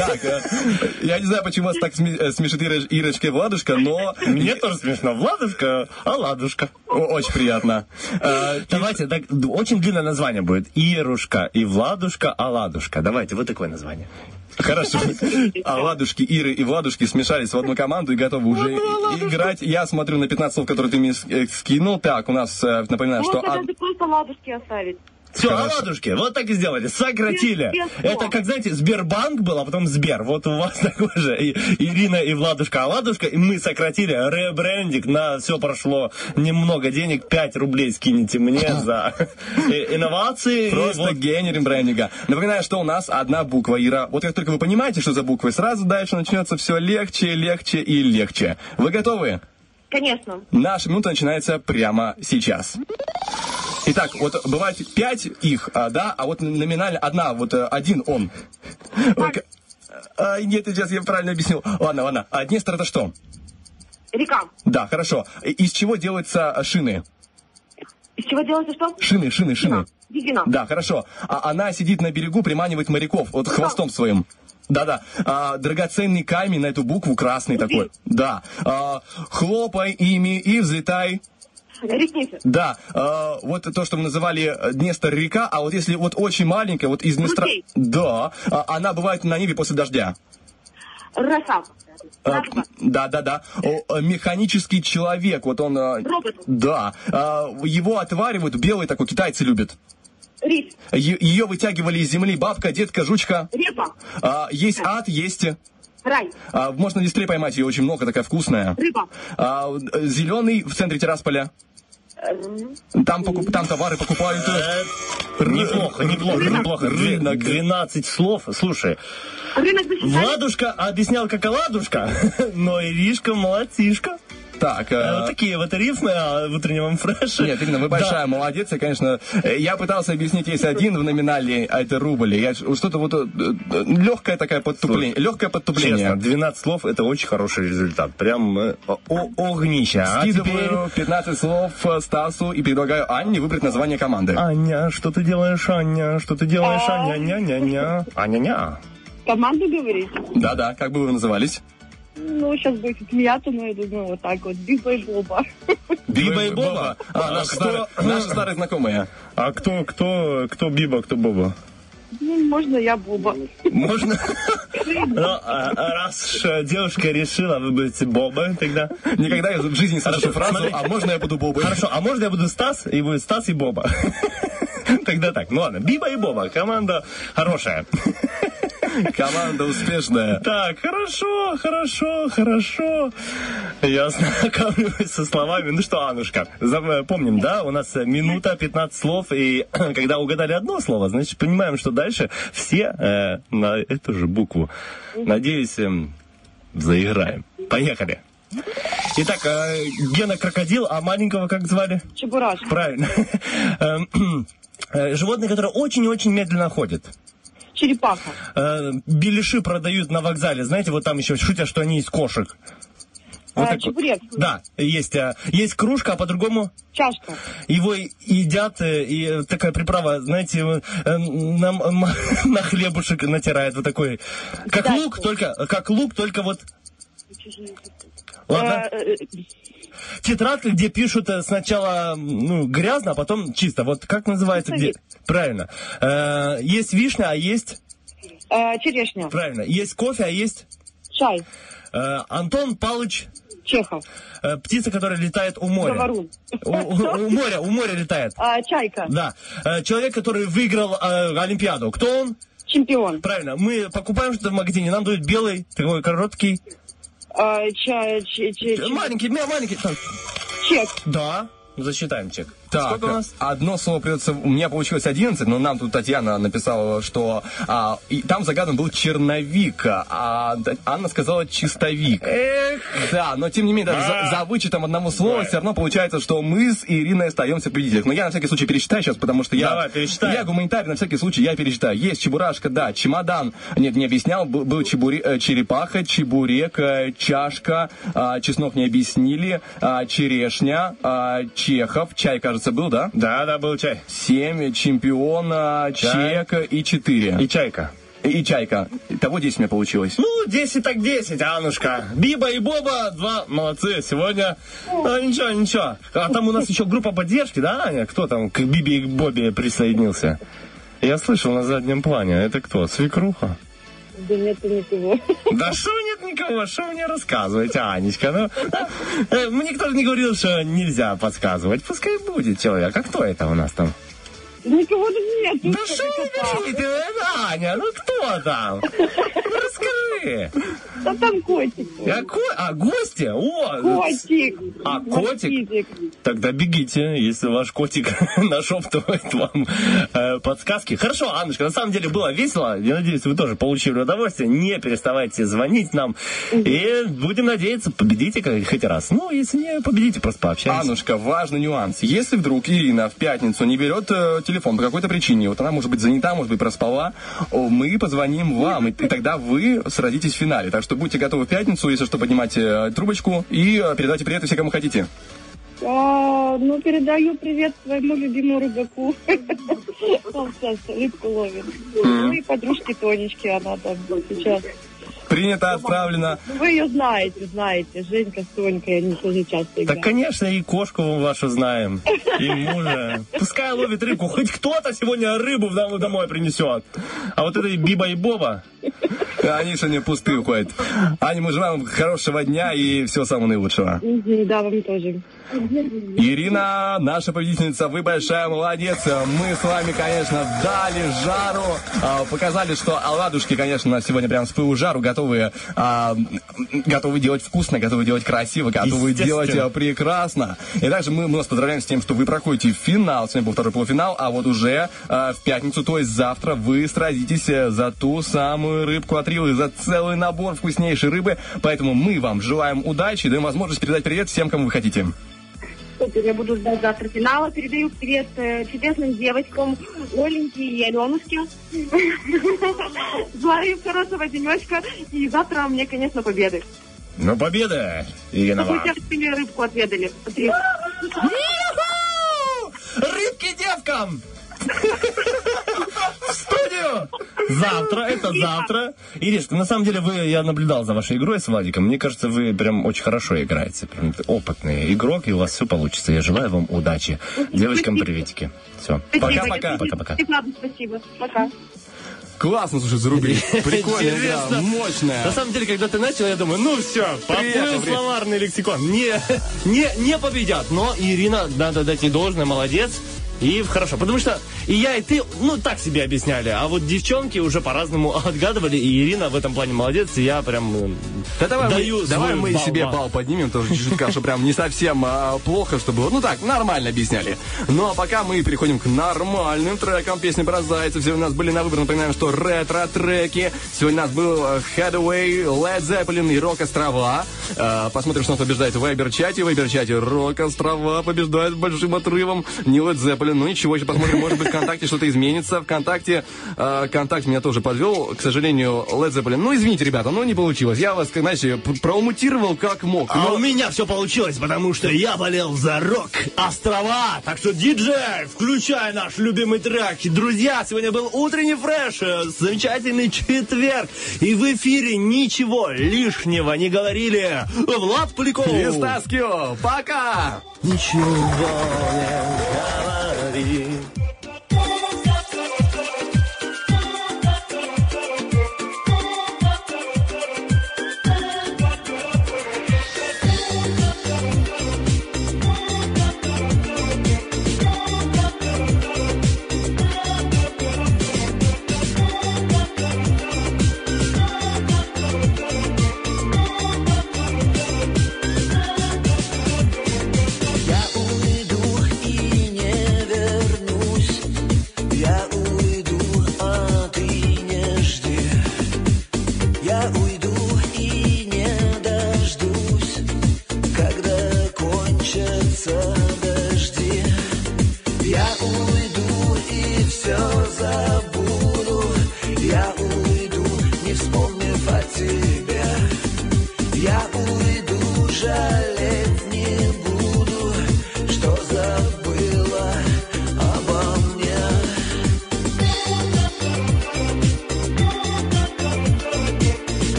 Так, э, я не знаю, почему вас так сме- э, смешит Ира- Ирочка и Владушка, но... Мне тоже смешно. Владушка, а ладушка. О, очень приятно. Э, Давайте, так, д- очень длинное название будет. Ирушка и Владушка, а ладушка. Давайте, вот такое название. Хорошо. А ладушки Иры и Владушки смешались в одну команду и готовы уже играть. Я смотрю на пятнадцать слов, которые ты мне с- э, скинул. Так, у нас, э, напоминаю, что... Можно од- даже просто ладушки оставить. Все, а Хорошо. ладушки, вот так и сделали, сократили. Без- без Это, слов. как, знаете, Сбербанк был, а потом Сбер. Вот у вас такой же. И Ирина и Владушка, а ладушка, и мы сократили ребрендинг, на все прошло немного денег, пять рублей скинете мне за э, инновации. И Просто вот гений рембрендинга. Напоминаю, что у нас одна буква, Ира. Вот как только вы понимаете, что за буквы, сразу дальше начнется все легче, легче и легче. Вы готовы? Конечно. Наша минута начинается прямо сейчас. Итак, вот бывает пять их, а, да, а вот номинально одна, вот э, один он. Ой, к- а, нет, сейчас я правильно объяснил. Ладно, ладно. А Днестр это что? Река. Да, хорошо. И- Из чего делаются шины? Из чего делается что? Шины, шины, шины. Вина. Да, хорошо. А она сидит на берегу, приманивает моряков вот хвостом своим. Да-да. А, драгоценный камень на эту букву красный такой. Да. А, хлопай ими и взлетай. Ресницы. Да, а, вот то, что мы называли Днестр река, а вот если вот очень маленькая, вот из Днестра... Ручей. Да, а, она бывает на небе после дождя. Роса. А, Да, да, да. О, э, механический человек, вот он... а, Робот. Да. А, его отваривают, белый такой, китайцы любят. Рис. Е- ее вытягивали из земли бабка, детка, жучка. Репа. А, есть ад, есть... Рай. А, можно на листре поймать, ее очень много, такая вкусная. Рыба. А, зеленый в центре Тирасполя. Там, покуп- там товары покупают. э, неплохо, неплохо, неплохо. Рынок. двенадцать слов. Слушай, Рынок засчитали. Владушка объяснял как оладушка, но Иришка молодцишка. Так, Э, э, Вот такие вот рифмы а, в утреннем фреше. нет, Ирина, вы большая молодец. Я, конечно, э, я пытался объяснить, есть один в номинале, а это рубль. Я ж- что-то вот легкое такое подтупление. Легкое Честно, подтупление. двенадцать слов это очень хороший результат. Прям э, о- огнище. А теперь... Скидываю пятнадцать слов э, Стасу и предлагаю Анне выбрать название команды. Аня, что ты делаешь, Аня? Что ты делаешь, Аня? Ня-ня-ня. Аня-ня. Команду говорите? Да-да, как бы вы назывались? Ну, сейчас будете смеяться, но я думаю, вот так вот. Биба и Боба. Биба и Боба? А, А наши, кто- старые, наши старые знакомые. А кто, кто, кто Биба, кто Боба? Ну, можно я Боба. Можно? Ну, а, раз уж э, девушка решила, вы будете Бобой тогда. Никогда я в жизни не слышу Хорошо, фразу, смотри. а можно я буду Бобой? Хорошо, а можно я буду Стас, и будет Стас и Боба? Тогда так, ну ладно, Биба и Боба, команда хорошая. Команда успешная. Так, хорошо, хорошо, хорошо. Я знакомлюсь со словами. Ну что, Аннушка, за- помним, да, у нас минута, пятнадцать слов, и когда угадали одно слово, значит, понимаем, что дальше все э, на эту же букву. Надеюсь, эм, заиграем. Поехали. Итак, э, Гена крокодил, а маленького как звали? Чебурашка. Правильно. Эм, э, Животное, которое очень и очень медленно ходит. Черепаха. Э, беляши продают на вокзале. Знаете, вот там еще шутят, что они из кошек. Вот А, так вот. чебурек. Да, есть, а, есть кружка, а по-другому Чашка. его и- едят, э, и э, такая приправа, знаете, э, на, м- на хлебушек натирает вот такой. Как Да. лук, только, как лук, только вот... Ладно. Э, э, Тетрадка, где пишут э, сначала ну, грязно, а потом чисто. Вот как называется? Где? Правильно. Э, есть вишня, а есть... э, Черешня. Правильно. Есть кофе, а есть... Чай. Э, Антон Палыч, Чехов. э, птица, которая летает у моря. Говорун. У, у- у моря, у моря летает. А, Чайка. Да. Э, человек, который выиграл э, Олимпиаду. Кто он? Чемпион. Правильно. Мы покупаем что-то в магазине, нам дают белый, такой короткий. А, ча- че- че- че- Маленький, ме- маленький. Так. Чек. Да. Засчитаем чек. Так, Сколько у нас? одно слово придется... У меня получилось одиннадцать, но нам тут Татьяна написала, что а, и там загадан был черновик, а Д- Анна сказала чистовик. Эх. Да, но тем не менее, даже за, за вычетом одного слова все равно получается, что мы с Ириной остаемся победителями. Но я на всякий случай пересчитаю сейчас, потому что я... Давай, пересчитай. Я гуманитарий, на всякий случай я пересчитаю. Есть чебурашка, да, чемодан. Нет, не объяснял, был, был чебуре- э, черепаха, чебурек, э, чашка, а, чеснок не объяснили, а, черешня, а, Чехов, чай, кажется, был, да? Да, да, был чай. Семь, чемпиона, Чай. чека и четыре. И чайка. и Чайка. Итого десять у меня получилось. Ну, десять так десять, Аннушка. Биба и Боба, два молодцы. Сегодня, ну, ничего, ничего. А там у нас еще группа поддержки, да, Аня? Кто там к Бибе и Бобе присоединился? Я слышал на заднем плане. Это кто? Свекруха? Да нет никого. Да шо нет никого? Что вы мне рассказываете, Анечка? Ну, э, мне никто же не говорил, что нельзя подсказывать. Пускай будет человек. А кто это у нас там? Никого тут нет. Да что вы говорите, Аня? Ну кто там? Ну расскажи. Да там котик. А, ко... а гости? О, Котик. А, котик? Тогда бегите, если ваш котик нашептывает вам э, подсказки. Хорошо, Аннушка, на самом деле было весело. Я надеюсь, вы тоже получили удовольствие. Не переставайте звонить нам. И будем надеяться, победите хоть раз. Ну, если не победите, просто пообщаемся. Аннушка, важный нюанс. Если вдруг Ирина в пятницу не берет э, телефон по какой-то причине, вот она может быть занята, может быть проспала, мы позвоним вам, и, и тогда вы сразитесь в финале. Так что будьте готовы в пятницу, если что, поднимайте э, трубочку и э, передайте привет всем, кому хотите. А, ну, передаю привет своему любимому рыбаку. Он сейчас рыбку ловит. Ну и подружке Тонечке, она там сейчас. Принято, отправлено. Вы ее знаете, знаете. Женька с Тонькой, они тоже часто играют. Так, конечно, и кошку вашу знаем, и мужа. Пускай ловит рыбку, хоть кто-то сегодня рыбу в нам домой принесет. А вот это и Биба и Боба. Они сегодня пустые уходят. Аня, мы желаем хорошего дня и всего самого наилучшего. Да, вам тоже. Ирина, наша победительница, вы большая молодец. Мы с вами, конечно, дали жару, показали, что оладушки, конечно, у нас сегодня прям с пылу жару, готовы, а, готовы делать вкусно, готовы делать красиво, готовы делать прекрасно. И также мы, мы вас поздравляем с тем, что вы проходите финал. Сегодня был второй полуфинал, а вот уже а, в пятницу, то есть завтра, вы сразитесь за ту самую рыбку от Рилы, за целый набор вкуснейшей рыбы. Поэтому мы вам желаем удачи и даем возможность передать привет всем, кому вы хотите. Супер, я буду ждать завтра финала. Передаю привет э, чудесным девочкам Оленьке и Аленушке. Желаю хорошего денечка. И завтра мне, конечно, победы. Ну, победа, Ирина. Вы хотели рыбку отведали. Рыбки девкам! В студию! Завтра, это завтра. Иришка, на самом деле, вы, я наблюдал за вашей игрой с Владиком. Мне кажется, вы прям очень хорошо играете. Прям опытный игрок, и у вас все получится. Я желаю вам удачи. Девочкам приветики. Все. Пока-пока. Пока-пока. Спасибо. Пока. Классно, слушай, зарубили. Прикольно, да, мощная. На самом деле, когда ты начал, я думаю, ну все, поплыл словарный лексикон. Не, не, не победят. Но Ирина, надо дать ей должное, молодец. И хорошо, потому что и я, и ты, ну, так себе объясняли. А вот девчонки уже по-разному отгадывали. И Ирина в этом плане молодец. И я прям да давай даю мы, давай мы балл, себе балл. балл поднимем. Тоже чуть-чуть, что прям не совсем а, плохо, чтобы было. Ну так, нормально объясняли. Ну, а пока мы переходим к нормальным трекам. Песни про зайцев. Сегодня у нас были на выбор. Напоминаем, что ретро-треки. Сегодня у нас был Hathaway, Led Zeppelin и Рок-Острова. А, посмотрим, что нас побеждает в Вайбер-чате. В Вайбер-чате Рок-Острова побеждает с большим отрывом. Не Led Zeppelin. Ну ничего, еще посмотрим, может быть, ВКонтакте что-то изменится. ВКонтакте, э, ВКонтакте меня тоже подвел, к сожалению, Led Zeppelin. Ну, извините, ребята, но не получилось. Я вас, знаете, проумутировал как мог. А но... у меня все получилось, потому что я болел за Рок-Острова. Так что, диджей, включай наш любимый трек. Друзья, сегодня был утренний фреш, замечательный четверг. И в эфире ничего лишнего не говорили. Влад Поляков. И Стас Кио. Пока! Ничего не